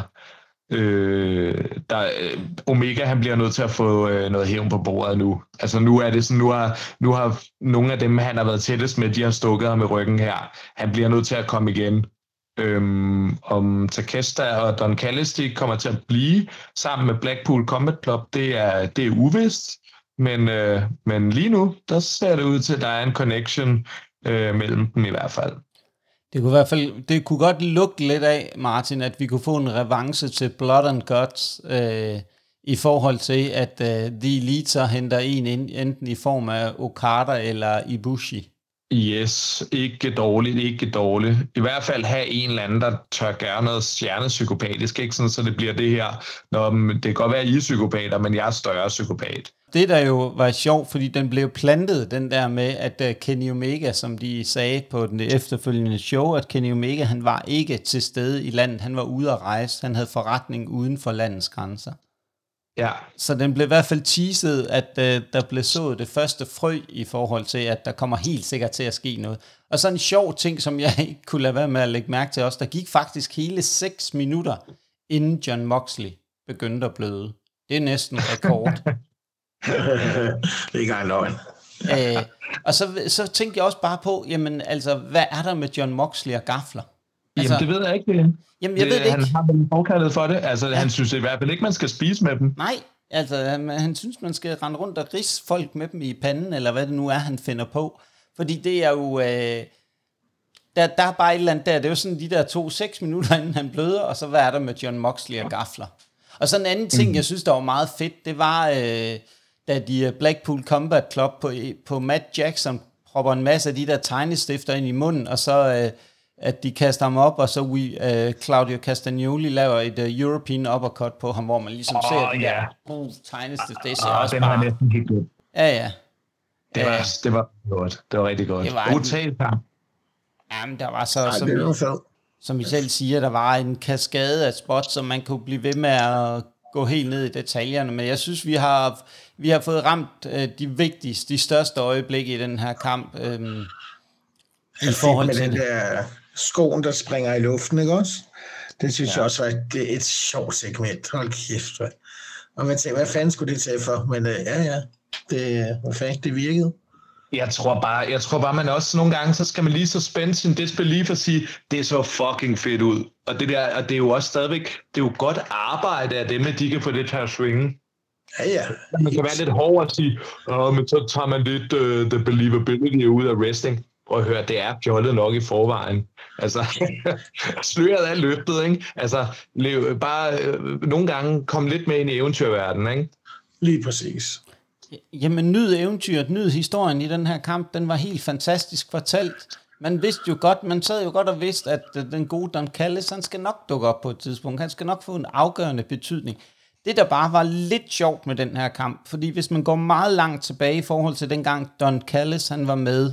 Øh, der, øh, Omega han bliver nødt til at få øh, noget hævn på bordet nu. Altså nu er det sådan, nu har, nu har nogle af dem, han har været tættest med, de har stukket ham i ryggen her. Han bliver nødt til at komme igen. Øhm, om Takeshita og Don Callis, de kommer til at blive sammen med Blackpool Combat Club, det er, det er uvist. Men, øh, men lige nu, der ser det ud til, at der er en connection øh, mellem dem i hvert fald. Det kunne i hvert fald, det kunne godt lugte lidt af, Martin, at vi kunne få en revanche til Blood and Guts, øh, i forhold til, at øh, The Elite så henter en ind, enten i form af Okada eller Ibushi. Yes, ikke dårligt, ikke dårligt. I hvert fald have en eller anden, der tør gøre noget stjernepsykopatisk, ikke sådan, så det bliver det her. Nå, det kan godt være, at I er psykopater, men jeg er større psykopat. Det der jo var sjovt, fordi den blev plantet, den der med, at uh, Kenny Omega, som de sagde på den efterfølgende show, at Kenny Omega, han var ikke til stede i landet, han var ude at rejse, han havde forretning uden for landets grænser. Ja. Så den blev i hvert fald teaset, at uh, der blev sået det første frø i forhold til, at der kommer helt sikkert til at ske noget. Og så en sjov ting, som jeg ikke kunne lade være med at lægge mærke til også, der gik faktisk hele seks minutter, inden Jon Moxley begyndte at bløde. Det er næsten rekord. Det er ikke engang løgn. øh, og så, så tænkte jeg også bare på, jamen altså, hvad er der med Jon Moxley og gafler? Altså, jamen, det ved jeg ikke. Jamen, jeg det, ved det han ikke. har vel forkaldet for det. Altså, ja. Han synes i hvert fald ikke, man skal spise med dem. Nej, altså, han, han synes, man skal rende rundt og ridse folk med dem i panden, eller hvad det nu er, han finder på. Fordi det er jo... Øh, der, der er bare et eller andet der. Det er jo sådan de der to, seks minutter, inden han bløder, og så hvad er der med Jon Moxley og gafler? Og så en anden ting, mm. jeg synes, der var meget fedt, det var, øh, da de Blackpool Combat Club på, på Matt Jackson propper en masse af de der tegnestifter ind i munden, og så øh, at de kaster ham op, og så we, øh, Claudio Castagnoli laver et uh, European uppercut på ham, hvor man ligesom oh, ser den yeah. der uh, tegnestift. Det ser oh, også den bare... var næsten helt godt. Ja, ja. Det var, uh, det var godt. Det var rigtig godt. Brutalt kamp. Jamen, der var så... Ej, som, det var som I selv siger, der var en kaskade af spots, som man kunne blive ved med at gå helt ned i detaljerne, men jeg synes, vi har, vi har fået ramt øh, de vigtigste, de største øjeblikke i den her kamp. Øh, I forhold til den der skoen, der springer i luften, ikke også? Det synes ja. jeg også var et, et sjovt segment. Hold kæft, hvad. Og man tænker, hvad fanden skulle det tage for? Men øh, ja, ja, det, hvad fanden, det virkede. Jeg tror bare, jeg tror bare, man også nogle gange, så skal man lige suspende sin disbelief og sige, det så fucking fedt ud. Og det der, og det er jo også stadigvæk, det er jo godt arbejde af dem, at de kan få det til at swinge. Ja, ja. Man kan være lidt hård og sige, åh, men så tager man lidt uh, the believability ud af wrestling. Og hør, det er fjollet nok i forvejen. Altså, sløret er løftet, ikke? Altså, lev, bare øh, nogle gange kom lidt med ind i eventyrverdenen, ikke? Lige præcis. Jamen, nyd eventyret, nyd historien i den her kamp, den var helt fantastisk fortalt. Man vidste jo godt, man sad jo godt og vidste, at den gode Don Callis, han skal nok dukke op på et tidspunkt. Han skal nok få en afgørende betydning. Det, der bare var lidt sjovt med den her kamp, fordi hvis man går meget langt tilbage i forhold til dengang Don Callis, han var med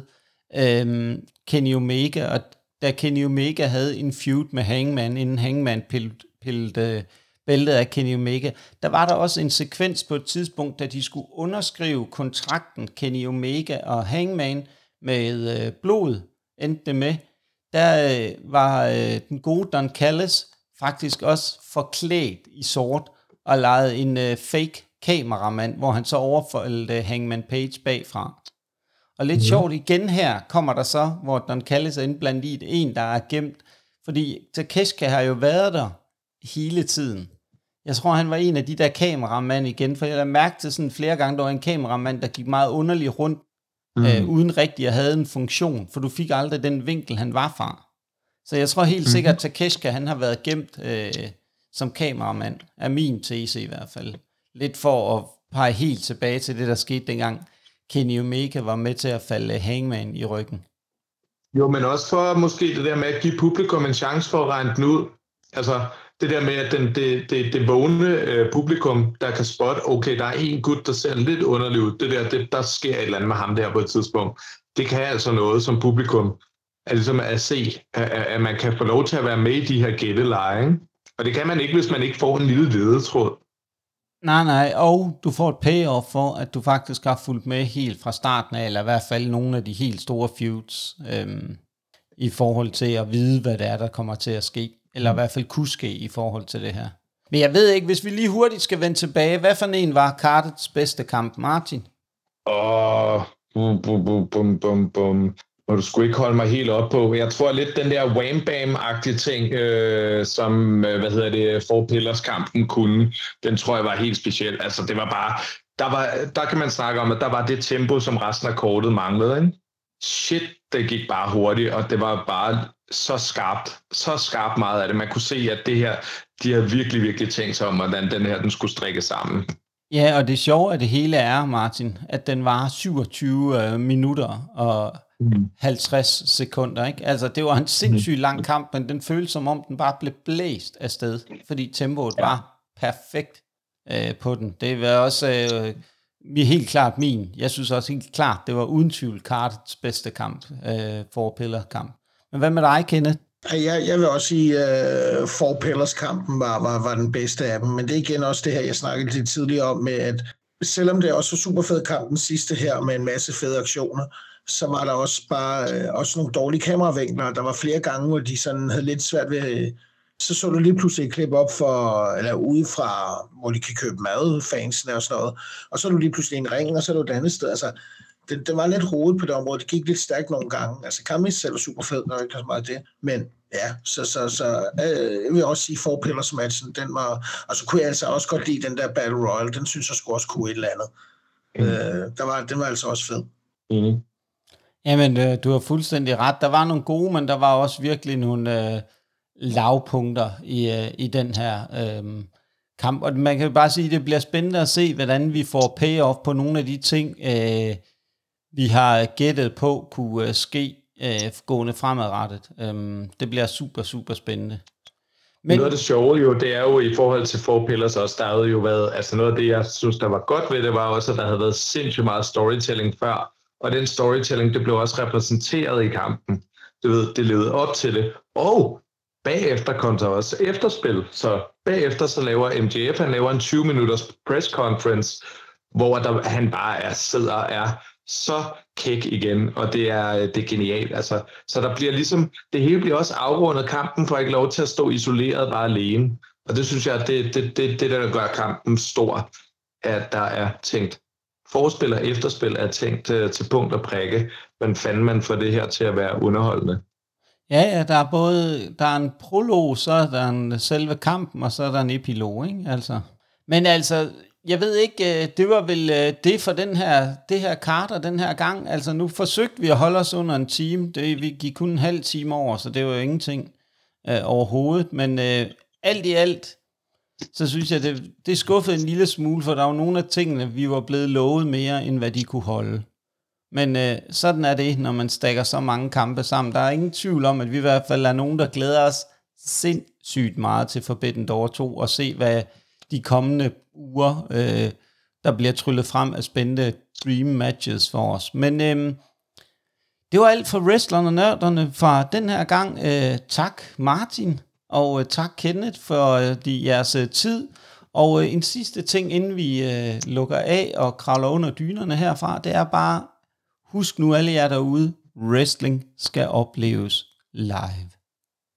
øhm, Kenny Omega, og da Kenny Omega havde en feud med Hangman, inden Hangman pillede, pillede bæltet af Kenny Omega, der var der også en sekvens på et tidspunkt, da de skulle underskrive kontrakten Kenny Omega og Hangman med øh, blod, endte det med, der øh, var øh, den gode Don Callis faktisk også forklædt i sort og legede en øh, fake kameramand, hvor han så overfaldt øh, Hangman Page bagfra. Og lidt mm. sjovt igen her kommer der så, hvor Don Callis er indblandet i det, en, der er gemt, fordi Takeshita har jo været der hele tiden. Jeg tror, han var en af de der kameramænd igen, for jeg har mærket til sådan flere gange, der var en kameramand, der gik meget underligt rundt, mm. øh, uden rigtig at have en funktion, for du fik aldrig den vinkel, han var fra. Så jeg tror helt sikkert, at Takeshita, han har været gemt øh, som kameramand, er min tese i hvert fald. Lidt for at pege helt tilbage til det, der skete dengang Kenny Omega var med til at falde Hangman i ryggen. Jo, men også for måske det der med at give publikum en chance for at regne den ud. Altså det der med, at den, det, det, det vågne øh, publikum, der kan spotte, okay, der er en gut, der ser lidt underlig ud. Det der, det, der sker et eller andet med ham der på et tidspunkt. Det kan altså noget som publikum, at, ligesom at se, at, at man kan få lov til at være med i de her gætteleje. Og det kan man ikke, hvis man ikke får en lille ledetråd. Nej, nej, og du får et payoff for, at du faktisk har fulgt med helt fra starten af, eller i hvert fald nogle af de helt store feuds, øhm, i forhold til at vide, hvad det er, der kommer til at ske. Eller i hvert fald kunne ske i forhold til det her. Men jeg ved ikke, hvis vi lige hurtigt skal vende tilbage, hvad for en var Cardets bedste kamp, Martin? Åh, bum, bum, bum, bum, bum, bum. Må du sgu ikke holde mig helt op på. Jeg tror lidt den der Wham Bam-agtige ting, øh, som, øh, hvad hedder det, Four Pillars-kampen kunne, den tror jeg var helt speciel. Altså det var bare, der, var, der kan man snakke om, at der var det tempo, som resten af kortet manglede, ikke? Shit, det gik bare hurtigt, og det var bare så skarpt, så skarpt meget af det. Man kunne se, at det her, de havde virkelig, virkelig tænkt sig om, hvordan den her, den skulle strikke sammen. Ja, og det sjove af det hele er, Martin, at den var syvogtyve minutter og mm. halvtreds sekunder, ikke? Altså, det var en sindssygt lang kamp, men den føltes som om, den bare blev blæst afsted, fordi tempoet ja. var perfekt øh, på den. Det var også øh, helt klart min. Jeg synes også helt klart, det var uden tvivl Cardets bedste kamp, øh, Four Pillar-kamp. Men hvad med dig, Kenneth? Jeg, jeg vil også sige, at uh, Four Pillars-kampen var, var, var den bedste af dem, men det er igen også det her, jeg snakkede lidt tidligere om, med at selvom det også var super fed kamp den sidste her, med en masse fede aktioner, så var der også bare uh, også nogle dårlige kameravinkler. Der var flere gange, hvor de sådan havde lidt svært ved, så så du lige pludselig et klip op for, eller udefra, hvor de kan købe mad, fansene og sådan noget, og så er du lige pludselig en ring, og så er du et andet sted, altså Det, det var lidt rodet på det område. Det gik lidt stærkt nogle gange. Altså, kampen selv var super fed, når jeg ikke har så meget det. Men ja, så, så, så øh, jeg vil også sige, Four Pillars-matchen, den var... Og så kunne jeg altså også godt lide den der Battle Royal. Den synes jeg skulle også kunne et eller andet. Mm. Øh, der var, den var altså også fed. Mm. Jamen, øh, du har fuldstændig ret. Der var nogle gode, men der var også virkelig nogle øh, lavpunkter i, øh, i den her øh, kamp, og man kan jo bare sige, at det bliver spændende at se, hvordan vi får payoff på nogle af de ting, øh, vi har gættet på kunne uh, ske uh, gående fremadrettet. Um, det bliver super, super spændende. Men noget af det sjove jo, det er jo i forhold til Four Pillars også, der havde jo været, altså noget af det, jeg synes, der var godt ved det, var også, at der havde været sindssygt meget storytelling før, og den storytelling, det blev også repræsenteret i kampen. Du ved, det levede op til det. Og bagefter kom der også efterspil, så bagefter så laver M J F, han laver en tyve minutters press conference, hvor der, han bare er, sidder og er så kæk igen, og det er, det er genialt. Altså, så der bliver ligesom, det hele bliver også afrundet, kampen får ikke lov til at stå isoleret bare alene. Og det synes jeg, det det, det, det der gør kampen stor, at der er tænkt forspil og efterspil er tænkt til, til punkt og prikke, men fanden man får det her til at være underholdende. Ja, ja, der er både, der er en prolog, så er der en selve kampen, og så er der en epilog, ikke? Altså. Men altså, jeg ved ikke, det var vel det for den her, det her Carter den her gang. Altså nu forsøgte vi at holde os under en time. Det, vi gik kun en halv time over, så det var jo ingenting øh, overhovedet. Men øh, alt i alt, så synes jeg, det, det skuffede en lille smule, for der var nogle af tingene, vi var blevet lovet mere, end hvad de kunne holde. Men øh, sådan er det, når man stakker så mange kampe sammen. Der er ingen tvivl om, at vi i hvert fald er nogen, der glæder os sindssygt meget til Forbidden Door to, og se, hvad de kommende uger, øh, der bliver tryllet frem af spændende dream matches for os. Men øh, det var alt for wrestlerne og nørderne fra den her gang. Øh, tak Martin, og øh, tak Kenneth for øh, de, jeres øh, tid. Og øh, en sidste ting, inden vi øh, lukker af og kravler under dynerne herfra, det er bare, husk nu alle jer derude, wrestling skal opleves live.